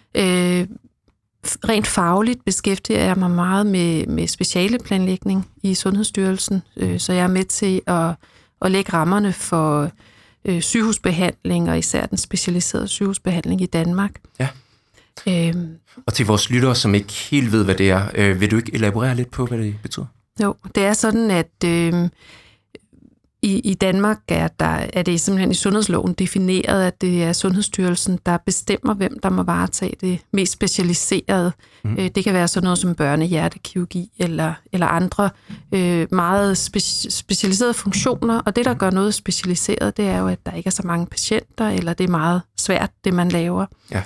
Rent fagligt beskæftiger jeg mig meget med specialeplanlægning i Sundhedsstyrelsen, så jeg er med til at lægge rammerne for sygehusbehandling, og især den specialiserede sygehusbehandling i Danmark. Ja. Og til vores lyttere, som ikke helt ved, hvad det er, vil du ikke elaborere lidt på, hvad det betyder? Jo, det er sådan, at I Danmark er det simpelthen i sundhedsloven defineret, at det er Sundhedsstyrelsen, der bestemmer, hvem der må varetage det mest specialiserede. Det kan være sådan noget som børnehjertekirurgi eller andre meget specialiserede funktioner. Og det, der gør noget specialiseret, det er jo, at der ikke er så mange patienter, eller det er meget svært, det man laver. Ja.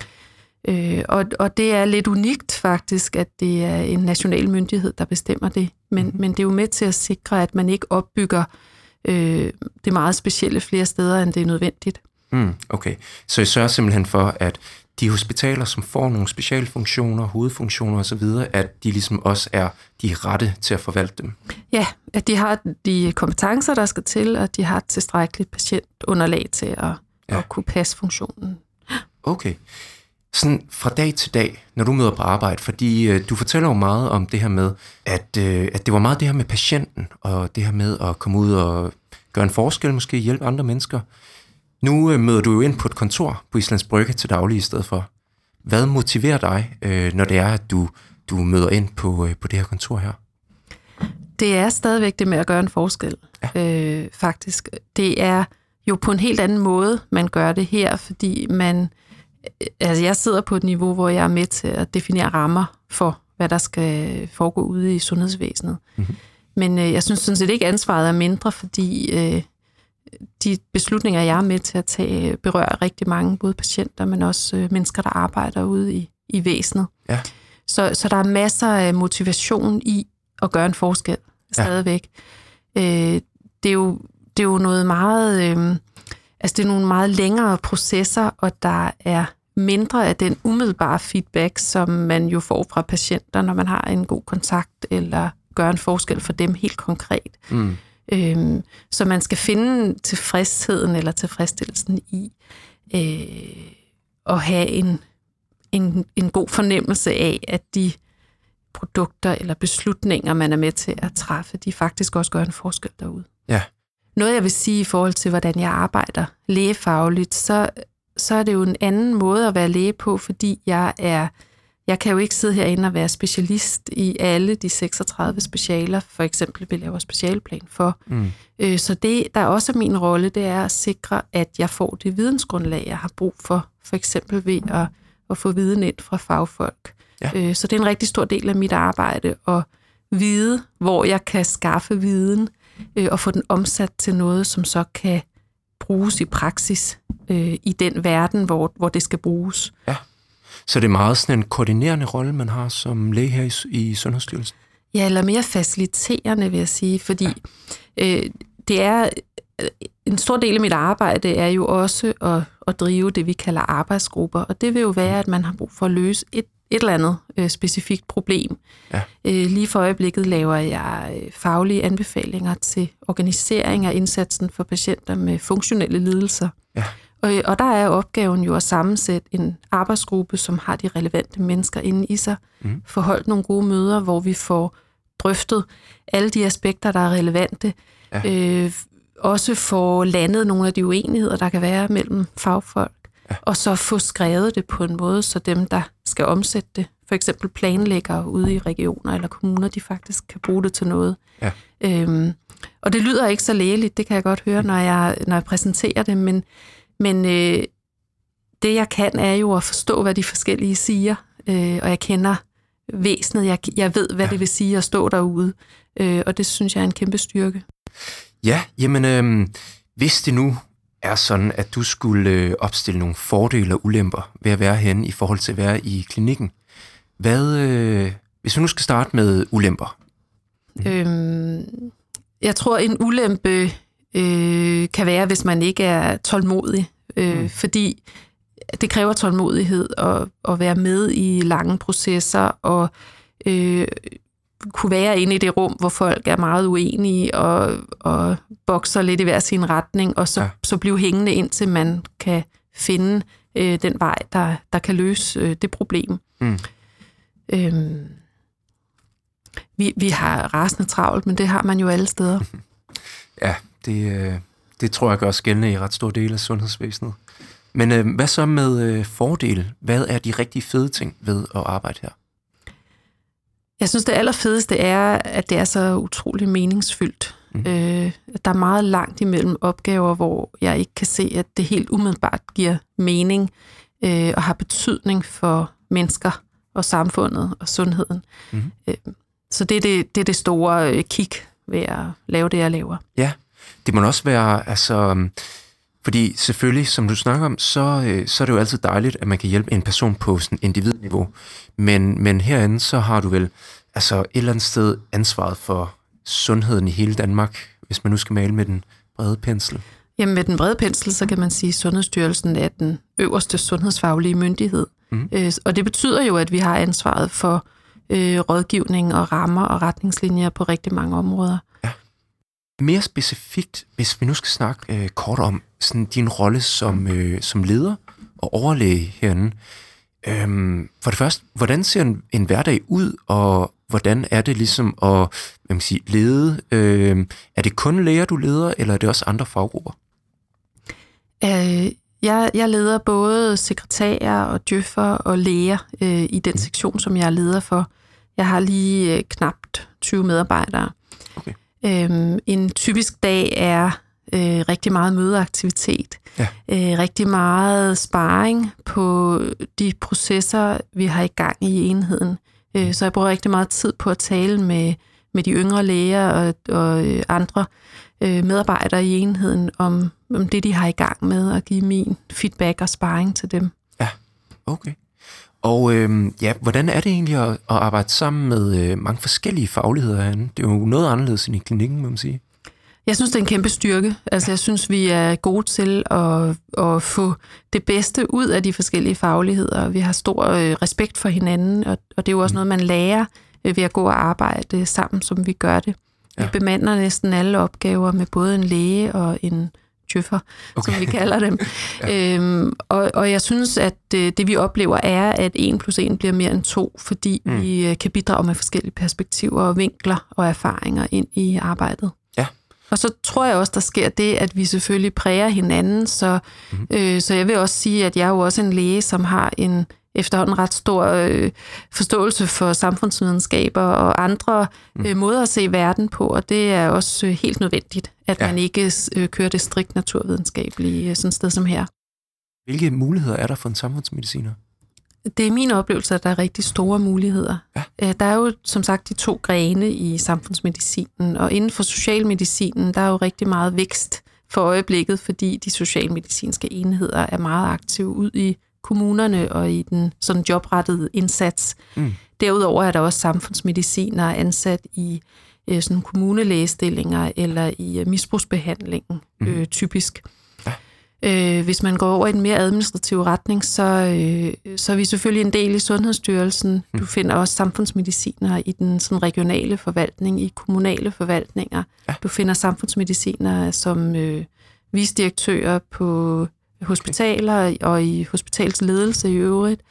Og det er lidt unikt faktisk, at det er en national myndighed, der bestemmer det. Men det er jo med til at sikre, at man ikke opbygger det meget specielle flere steder, end det er nødvendigt. Okay, så I sørger simpelthen for, at de hospitaler, som får nogle specialfunktioner, hovedfunktioner osv., at de ligesom også er de rette til at forvalte dem? Ja, at de har de kompetencer, der skal til, og de har et tilstrækkeligt patientunderlag til at kunne passe funktionen. Okay. Sådan fra dag til dag, når du møder på arbejde, fordi du fortæller jo meget om det her med, at det var meget det her med patienten, og det her med at komme ud og gøre en forskel, måske hjælpe andre mennesker. Nu møder du jo ind på et kontor på Islands Brygge til daglig i stedet for. Hvad motiverer dig, når det er, at du møder ind på det her kontor her? Det er stadigvæk det med at gøre en forskel, faktisk. Det er jo på en helt anden måde, man gør det her, fordi jeg sidder på et niveau, hvor jeg er med til at definere rammer for, hvad der skal foregå ude i sundhedsvæsenet. Mm-hmm. Men jeg synes sådan set ikke, ansvaret er mindre, fordi de beslutninger, jeg er med til at tage, berører rigtig mange, både patienter, men også mennesker, der arbejder ude i væsenet. Ja. Så der er masser af motivation i at gøre en forskel stadigvæk. Det er jo noget meget... det er nogle meget længere processer, og der er mindre af den umiddelbare feedback, som man jo får fra patienter, når man har en god kontakt, eller gør en forskel for dem helt konkret. Så man skal finde tilfredsheden eller tilfredsstillelsen i at have en god fornemmelse af, at de produkter eller beslutninger, man er med til at træffe, de faktisk også gør en forskel derude. Ja. Noget, jeg vil sige i forhold til, hvordan jeg arbejder lægefagligt, så er det jo en anden måde at være læge på, fordi jeg kan jo ikke sidde herinde og være specialist i alle de 36 specialer, for eksempel vi laver specialplan for. Så det, der også er min rolle, det er at sikre, at jeg får det vidensgrundlag, jeg har brug for eksempel ved at få viden ind fra fagfolk. Ja. Så det er en rigtig stor del af mit arbejde at vide, hvor jeg kan skaffe viden, og få den omsat til noget, som så kan bruges i praksis i den verden, hvor det skal bruges. Ja. Så det er meget sådan en koordinerende rolle, man har som læge her i Sundhedsstyrelsen? Ja, eller mere faciliterende, vil jeg sige, fordi det er en stor del af mit arbejde er jo også at drive det, vi kalder arbejdsgrupper, og det vil jo være, at man har brug for at løse et eller andet specifikt problem. Ja. Lige for øjeblikket laver jeg faglige anbefalinger til organisering af indsatsen for patienter med funktionelle lidelser. Ja. Og der er opgaven jo at sammensætte en arbejdsgruppe, som har de relevante mennesker inde i sig, få holdt nogle gode møder, hvor vi får drøftet alle de aspekter, der er relevante, også få landet nogle af de uenigheder, der kan være mellem fagfolk, og så få skrevet det på en måde, så dem, der skal omsætte det, for eksempel planlæggere ude i regioner eller kommuner, de faktisk kan bruge det til noget. Ja. Og det lyder ikke så lægeligt, det kan jeg godt høre, når jeg præsenterer det, men det jeg kan, er jo at forstå, hvad de forskellige siger, og jeg kender væsenet, jeg ved, hvad det vil sige at stå derude, og det synes jeg er en kæmpe styrke. Ja, jamen, hvis det nu er sådan, at du skulle opstille nogle fordele og ulemper ved at være henne i forhold til at være i klinikken, hvis vi nu skal starte med ulemper? Jeg tror, en ulempe kan være, hvis man ikke er tålmodig, fordi det kræver tålmodighed at være med i lange processer og kunne være inde i det rum, hvor folk er meget uenige og bokser lidt i hver sin retning, og så blive hængende, indtil man kan finde den vej, der kan løse det problem. Vi har rasende travlt, men det har man jo alle steder. Ja, det tror jeg gør os gældende i ret stor del af sundhedsvæsenet. Men hvad så med fordele? Hvad er de rigtig fede ting ved at arbejde her? Jeg synes, det allerfedeste er, at det er så utrolig meningsfyldt. Der er meget langt imellem opgaver, hvor jeg ikke kan se, at det helt umiddelbart giver mening og har betydning for mennesker og samfundet og sundheden. Så det er det store kick ved at lave det, jeg laver. Ja, det må også være, altså, fordi selvfølgelig, som du snakker om, så er det jo altid dejligt, at man kan hjælpe en person på sådan individniveau. Men herinde, så har du vel altså et eller andet sted ansvaret for sundheden i hele Danmark, hvis man nu skal male med den brede pensel. Jamen med den brede pensel, så kan man sige, at Sundhedsstyrelsen er den øverste sundhedsfaglige myndighed. Og det betyder jo, at vi har ansvaret for rådgivning og rammer og retningslinjer på rigtig mange områder. Ja. Mere specifikt, hvis vi nu skal snakke kort om sådan din rolle som leder og overlæge herinde. For det første, hvordan ser en hverdag ud, og hvordan er det ligesom at lede? Er det kun læger, du leder, eller er det også andre faggrupper? Jeg leder både sekretærer og djøffer og læger i den sektion, som jeg er leder for. Jeg har lige knapt 20 medarbejdere. Okay. En typisk dag er rigtig meget mødeaktivitet, rigtig meget sparring på de processer, vi har i gang i enheden. Så jeg bruger rigtig meget tid på at tale med de yngre læger og andre medarbejdere i enheden om det, de har i gang med, og give min feedback og sparring til dem. Ja, okay. Og hvordan er det egentlig at arbejde sammen med mange forskellige fagligheder herinde? Det er jo noget anderledes end i klinikken, må man sige. Jeg synes, det er en kæmpe styrke. Altså, jeg synes, vi er gode til at få det bedste ud af de forskellige fagligheder. Vi har stor respekt for hinanden, og det er jo også noget, man lærer ved at gå og arbejde sammen, som vi gør det. Vi bemander næsten alle opgaver med både en læge og en djøffer, som vi kalder dem. Og jeg synes, at det vi oplever er, at 1 + 1 bliver mere end 2, fordi vi kan bidrage med forskellige perspektiver og vinkler og erfaringer ind i arbejdet. Ja. Og så tror jeg også, der sker det, at vi selvfølgelig præger hinanden, så jeg vil også sige, at jeg er jo også en læge, som har en efterhånden ret stor forståelse for samfundsvidenskaber og andre måder at se verden på, og det er også helt nødvendigt, at man ikke kører det strikt naturvidenskabelige sådan et sted som her. Hvilke muligheder er der for en samfundsmediciner? Det er min oplevelse, at der er rigtig store muligheder. Ja. Der er jo som sagt de 2 grene i samfundsmedicinen, og inden for socialmedicinen, der er jo rigtig meget vækst for øjeblikket, fordi de socialmedicinske enheder er meget aktive ud i kommunerne og i den sådan jobrettede indsats. Derudover er der også samfundsmedicinere ansat i sådan kommunelægestillinger eller i misbrugsbehandlingen, typisk. Hvis man går over i den mere administrative retning, så er vi selvfølgelig en del i Sundhedsstyrelsen. Du finder også samfundsmedicinere i den sådan regionale forvaltning, i kommunale forvaltninger. Du finder samfundsmedicinere som vicedirektører på hospitaler og i hospitalsledelse i øvrigt.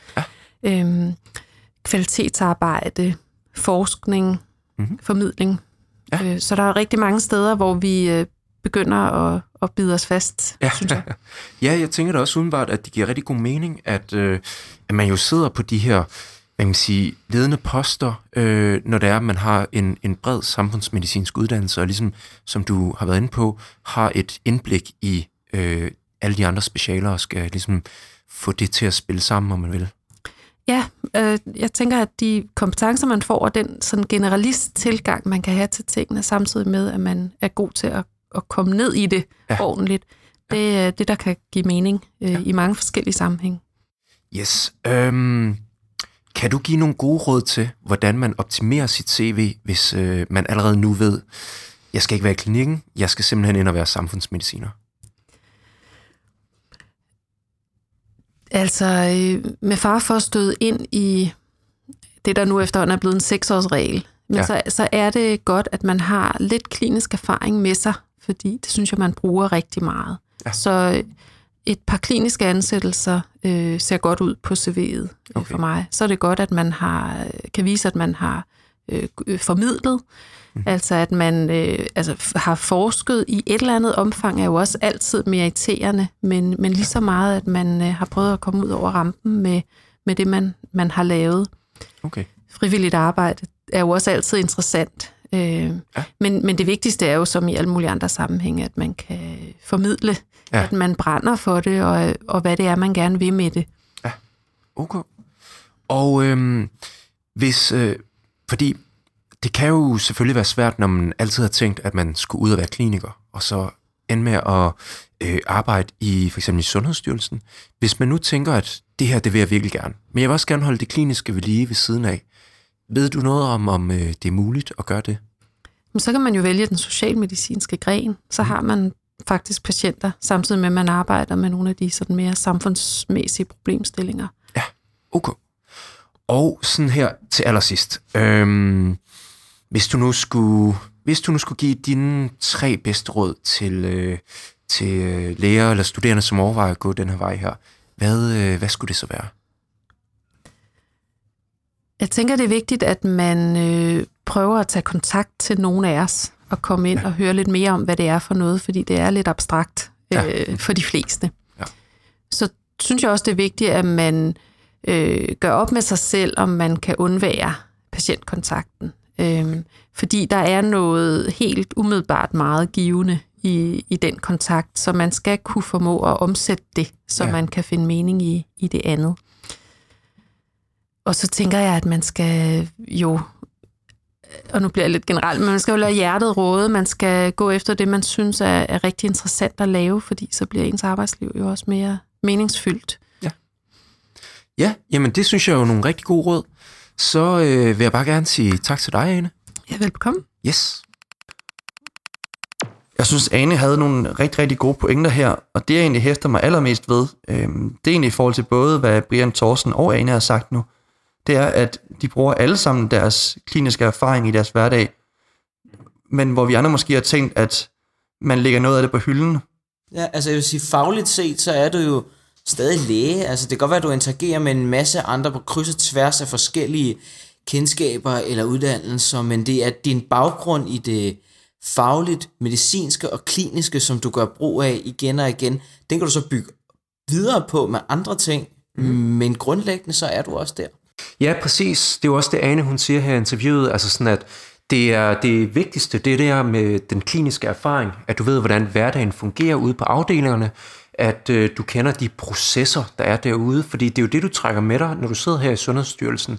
Kvalitetsarbejde, forskning, formidling. Så der er rigtig mange steder, hvor vi begynder at bide os fast, synes jeg. Ja, jeg tænker da også udenbart, at det giver rigtig god mening, at man jo sidder på de her, hvad man sige, ledende poster, når det er, at man har en bred samfundsmedicinsk uddannelse, og ligesom, som du har været inde på, har et indblik i alle de andre specialer, og skal ligesom få det til at spille sammen, om man vil. Ja, jeg tænker, at de kompetencer, man får, og den sådan generalist-tilgang, man kan have til tingene, samtidig med, at man er god til at komme ned i det ordentligt, det er det, der kan give mening i mange forskellige sammenhænge. Yes. Kan du give nogle gode råd til, hvordan man optimerer sit CV, hvis man allerede nu ved, jeg skal ikke være i klinikken, jeg skal simpelthen ind og være samfundsmediciner? Altså, med far for at støde ind i det, der nu efterhånden er blevet en 6-årsregel, men så er det godt, at man har lidt klinisk erfaring med sig, fordi det synes jeg, man bruger rigtig meget. Ja. Så et par kliniske ansættelser ser godt ud på CV'et for mig. Så er det godt, at man kan vise, at man har formidlet, altså at man har forsket i et eller andet omfang, er jo også altid meriterende, men lige så meget, at man har prøvet at komme ud over rampen med det, man har lavet. Okay. Frivilligt arbejde er jo også altid interessant, Men det vigtigste er jo, som i alle mulige andre sammenhænge, at man kan formidle, at man brænder for det, og hvad det er, man gerne vil med det. Ja, okay. Og fordi det kan jo selvfølgelig være svært, når man altid har tænkt, at man skulle ud og være kliniker, og så ende med at arbejde i for eksempel i Sundhedsstyrelsen. Hvis man nu tænker, at det her, det vil jeg virkelig gerne, men jeg vil også gerne holde det kliniske ved lige ved siden af. Ved du noget om det er muligt at gøre det? Men så kan man jo vælge den socialmedicinske gren. Så har man faktisk patienter, samtidig med, at man arbejder med nogle af de sådan mere samfundsmæssige problemstillinger. Ja, okay. Og sådan her til allersidst. Hvis du nu skulle give dine 3 bedste råd til læger eller studerende, som overvejer at gå den her vej her, hvad skulle det så være? Jeg tænker, det er vigtigt, at man prøver at tage kontakt til nogen af os og komme ind og høre lidt mere om, hvad det er for noget, fordi det er lidt abstrakt for de fleste. Ja. Så synes jeg også, det er vigtigt, at man gør op med sig selv, om man kan undvære patientkontakten. Fordi der er noget helt umiddelbart meget givende i den kontakt, så man skal kunne formå at omsætte det, så man kan finde mening i det andet. Og så tænker jeg, at man skal jo, og nu bliver jeg lidt generelt, men man skal jo lade hjertet råde, man skal gå efter det, man synes er rigtig interessant at lave, fordi så bliver ens arbejdsliv jo også mere meningsfyldt. Ja, jamen det synes jeg er jo nogle rigtig gode råd. Så vil jeg bare gerne sige tak til dig, Ane. Ja, velbekomme. Yes. Jeg synes, Ane havde nogle rigtig, rigtig gode pointer her, og det jeg egentlig hæfter mig allermest ved, det er egentlig i forhold til både, hvad Brian Thorsen og Ane har sagt nu, det er, at de bruger alle sammen deres kliniske erfaring i deres hverdag, men hvor vi andre måske har tænkt, at man lægger noget af det på hylden. Ja, altså jeg vil sige, fagligt set, så er du jo stadig læge. Altså det kan godt være, at du interagerer med en masse andre på kryds og tværs af forskellige kendskaber eller uddannelser, men det er din baggrund i det fagligt, medicinske og kliniske, som du gør brug af igen og igen. Den kan du så bygge videre på med andre ting, men grundlæggende så er du også der. Ja, præcis. Det er jo også det, Ane, hun siger her i interviewet, altså sådan, at det er det vigtigste, det er det her med den kliniske erfaring, at du ved, hvordan hverdagen fungerer ude på afdelingerne, at du kender de processer, der er derude, fordi det er jo det, du trækker med dig, når du sidder her i Sundhedsstyrelsen,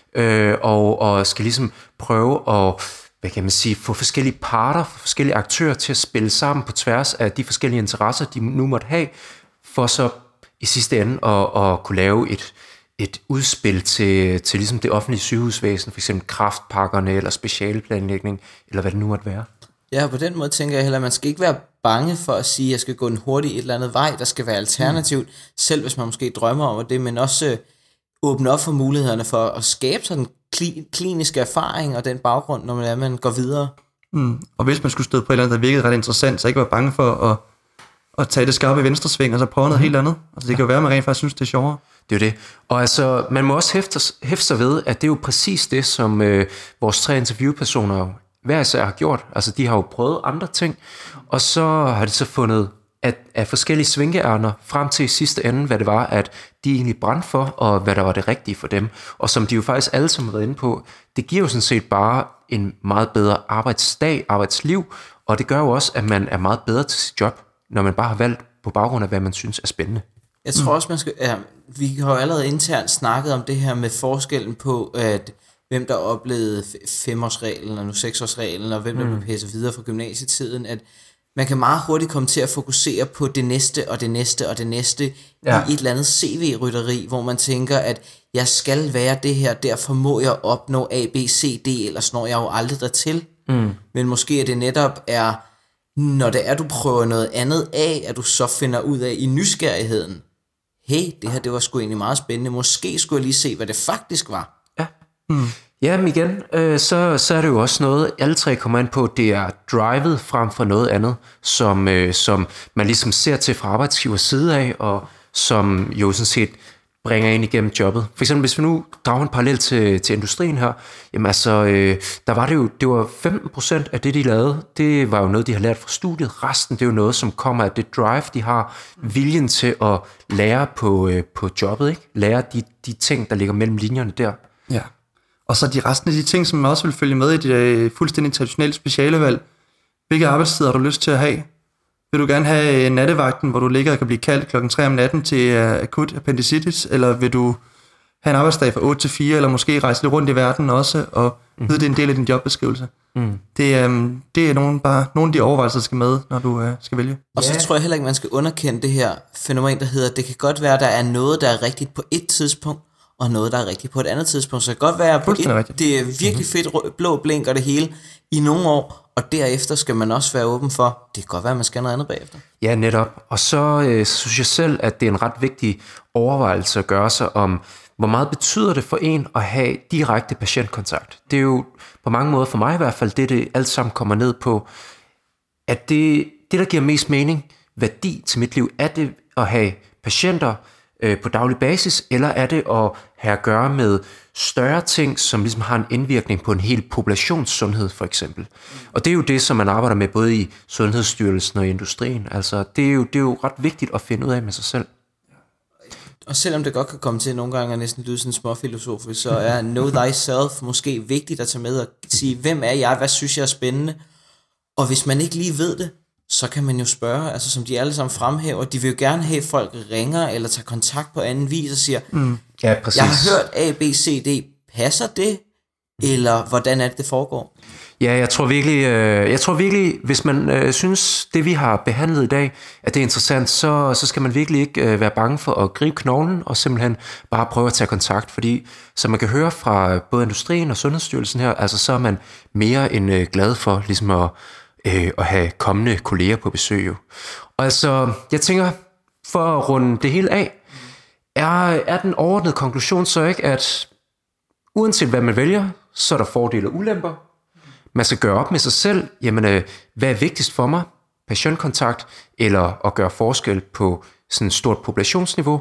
og skal ligesom prøve at, hvad kan man sige, få forskellige parter, forskellige aktører til at spille sammen på tværs af de forskellige interesser, de nu måtte have, for så i sidste ende at kunne lave et udspil til ligesom det offentlige sygehusvæsen, for eksempel kræftpakkerne eller specialplanlægning, eller hvad det nu måtte være. Ja, på den måde tænker jeg heller, at man skal ikke være bange for at sige, at jeg skal gå en hurtig et eller andet vej, der skal være alternativt, selv hvis man måske drømmer om det, men også åbne op for mulighederne for at skabe sådan en klinisk erfaring og den baggrund, når man går videre. Og hvis man skulle støde på et eller andet, der virkede ret interessant, så ikke være bange for at tage det skarpe venstresving, og så prøve noget helt andet. Altså det kan jo være, at man rent faktisk synes, det er sjovere. Det er jo det. Og altså, man må også hæfte sig ved, at det er jo præcis det, som vores 3 interviewpersoner jo hver især har gjort. Altså, de har jo prøvet andre ting, og så har de så fundet af forskellige svinkeærner frem til sidste ende, hvad det var, at de egentlig brændte for, og hvad der var det rigtige for dem. Og som de jo faktisk alle sammen har været inde på, det giver jo sådan set bare en meget bedre arbejdsdag, arbejdsliv, og det gør jo også, at man er meget bedre til sit job, når man bare har valgt på baggrund af, hvad man synes er spændende. Jeg tror også, man skal... Ja, vi har jo allerede internt snakket om det her med forskellen på, at hvem der oplevede 5-årsreglen og nu 6-årsreglen, og hvem der blev pæsset videre fra gymnasietiden, at man kan meget hurtigt komme til at fokusere på det næste og det næste og det næste i et eller andet CV-rytteri, hvor man tænker, at jeg skal være det her, derfor må jeg opnå A, B, C, D, ellers når jeg jo aldrig dertil. Men måske er det netop når det er, du prøver noget andet af, at du så finder ud af i nysgerrigheden, hey, det her, det var sgu egentlig meget spændende, måske skulle jeg lige se, hvad det faktisk var. Ja. Jamen igen, så er det jo også noget, alle 3 kommer ind på, det er drivet frem for noget andet, som man ligesom ser til fra arbejdsgivers side af, og som jo sådan set bringer ind igennem jobbet. For eksempel, hvis vi nu drager en parallel til industrien her, jamen altså, der var det var 15% af det, de lavede, det var jo noget, de har lært fra studiet. Resten, det er jo noget, som kommer af det drive, de har, viljen til at lære på jobbet, ikke? Lære de ting, der ligger mellem linjerne der. Ja, Og så resten af de ting, som også vil følge med i det fuldstændig traditionelle specialevalg. Hvilke arbejdstider har du lyst til at have? Vil du gerne have nattevagten, hvor du ligger og kan blive kaldt klokken 3 om natten til akut appendicitis, eller vil du have en arbejdsdag fra 8 til 4, eller måske rejse lidt rundt i verden også, og vide, det er en del af din jobbeskrivelse? Det er nogle af de overvejelser, der skal med, når du skal vælge. Og så tror jeg heller ikke, man skal underkende det her fænomen, der hedder, det kan godt være, der er noget, der er rigtigt på et tidspunkt, og noget, der er rigtigt på et andet tidspunkt. Så det kan godt være, på det er virkelig fedt blå blink og det hele i nogle år, og derefter skal man også være åben for, det kan godt være, at man skal noget andet bagefter. Ja, netop. Og så synes jeg selv, at det er en ret vigtig overvejelse at gøre sig om, hvor meget betyder det for en at have direkte patientkontakt. Det er jo på mange måder, for mig i hvert fald, det alt sammen kommer ned på, at det der giver mest mening, værdi til mit liv, er det at have patienter på daglig basis, eller er det at have at gøre med større ting, som ligesom har en indvirkning på en hel populationssundhed, for eksempel. Og det er jo det, som man arbejder med både i Sundhedsstyrelsen og i industrien. Altså, det er jo ret vigtigt at finde ud af med sig selv. Og selvom det godt kan komme til nogle gange at næsten lyde sådan småfilosofisk, så er know thyself måske vigtigt at tage med og sige, hvem er jeg, hvad synes jeg er spændende? Og hvis man ikke lige ved det, så kan man jo spørge, altså som de alle sammen fremhæver, de vil jo gerne have, at folk ringer eller tager kontakt på anden vis og siger, ja, præcis. Jeg har hørt A, B, C, D, passer det? Eller hvordan er det foregår? Ja, jeg tror virkelig, hvis man synes, det vi har behandlet i dag, at det er interessant, så skal man virkelig ikke være bange for at gribe knoglen og simpelthen bare prøve at tage kontakt, fordi som man kan høre fra både industrien og Sundhedsstyrelsen her, altså så er man mere end glad for ligesom at have kommende kolleger på besøg. Og altså, jeg tænker, for at runde det hele af, er den overordnede konklusion så ikke, at uanset hvad man vælger, så er der fordele og ulemper. Man skal gøre op med sig selv, jamen, hvad er vigtigst for mig? Patientkontakt, eller at gøre forskel på sådan et stort populationsniveau,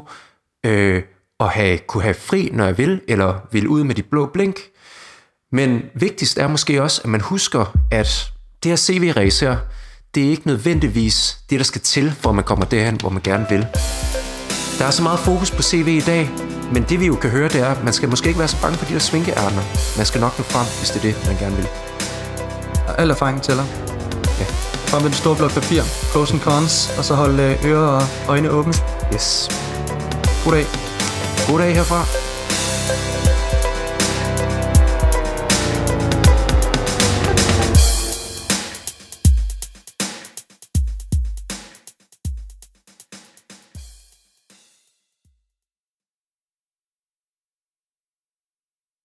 og kunne have fri, når jeg vil, eller vil ud med de blå blink. Men vigtigst er måske også, at man husker, at det her CV-ræs her, det er ikke nødvendigvis det, der skal til, for at man kommer derhen, hvor man gerne vil. Der er så meget fokus på CV i dag, men det vi jo kan høre, det er, at man skal måske ikke være så bange for de der svinkeærner. Man skal nok nå frem, hvis det er det, man gerne vil. Al erfaring tæller. Ja. Frem med det store blok papir, pros and cons, og så holde ører og øjne åbne. Yes. God dag. God dag herfra.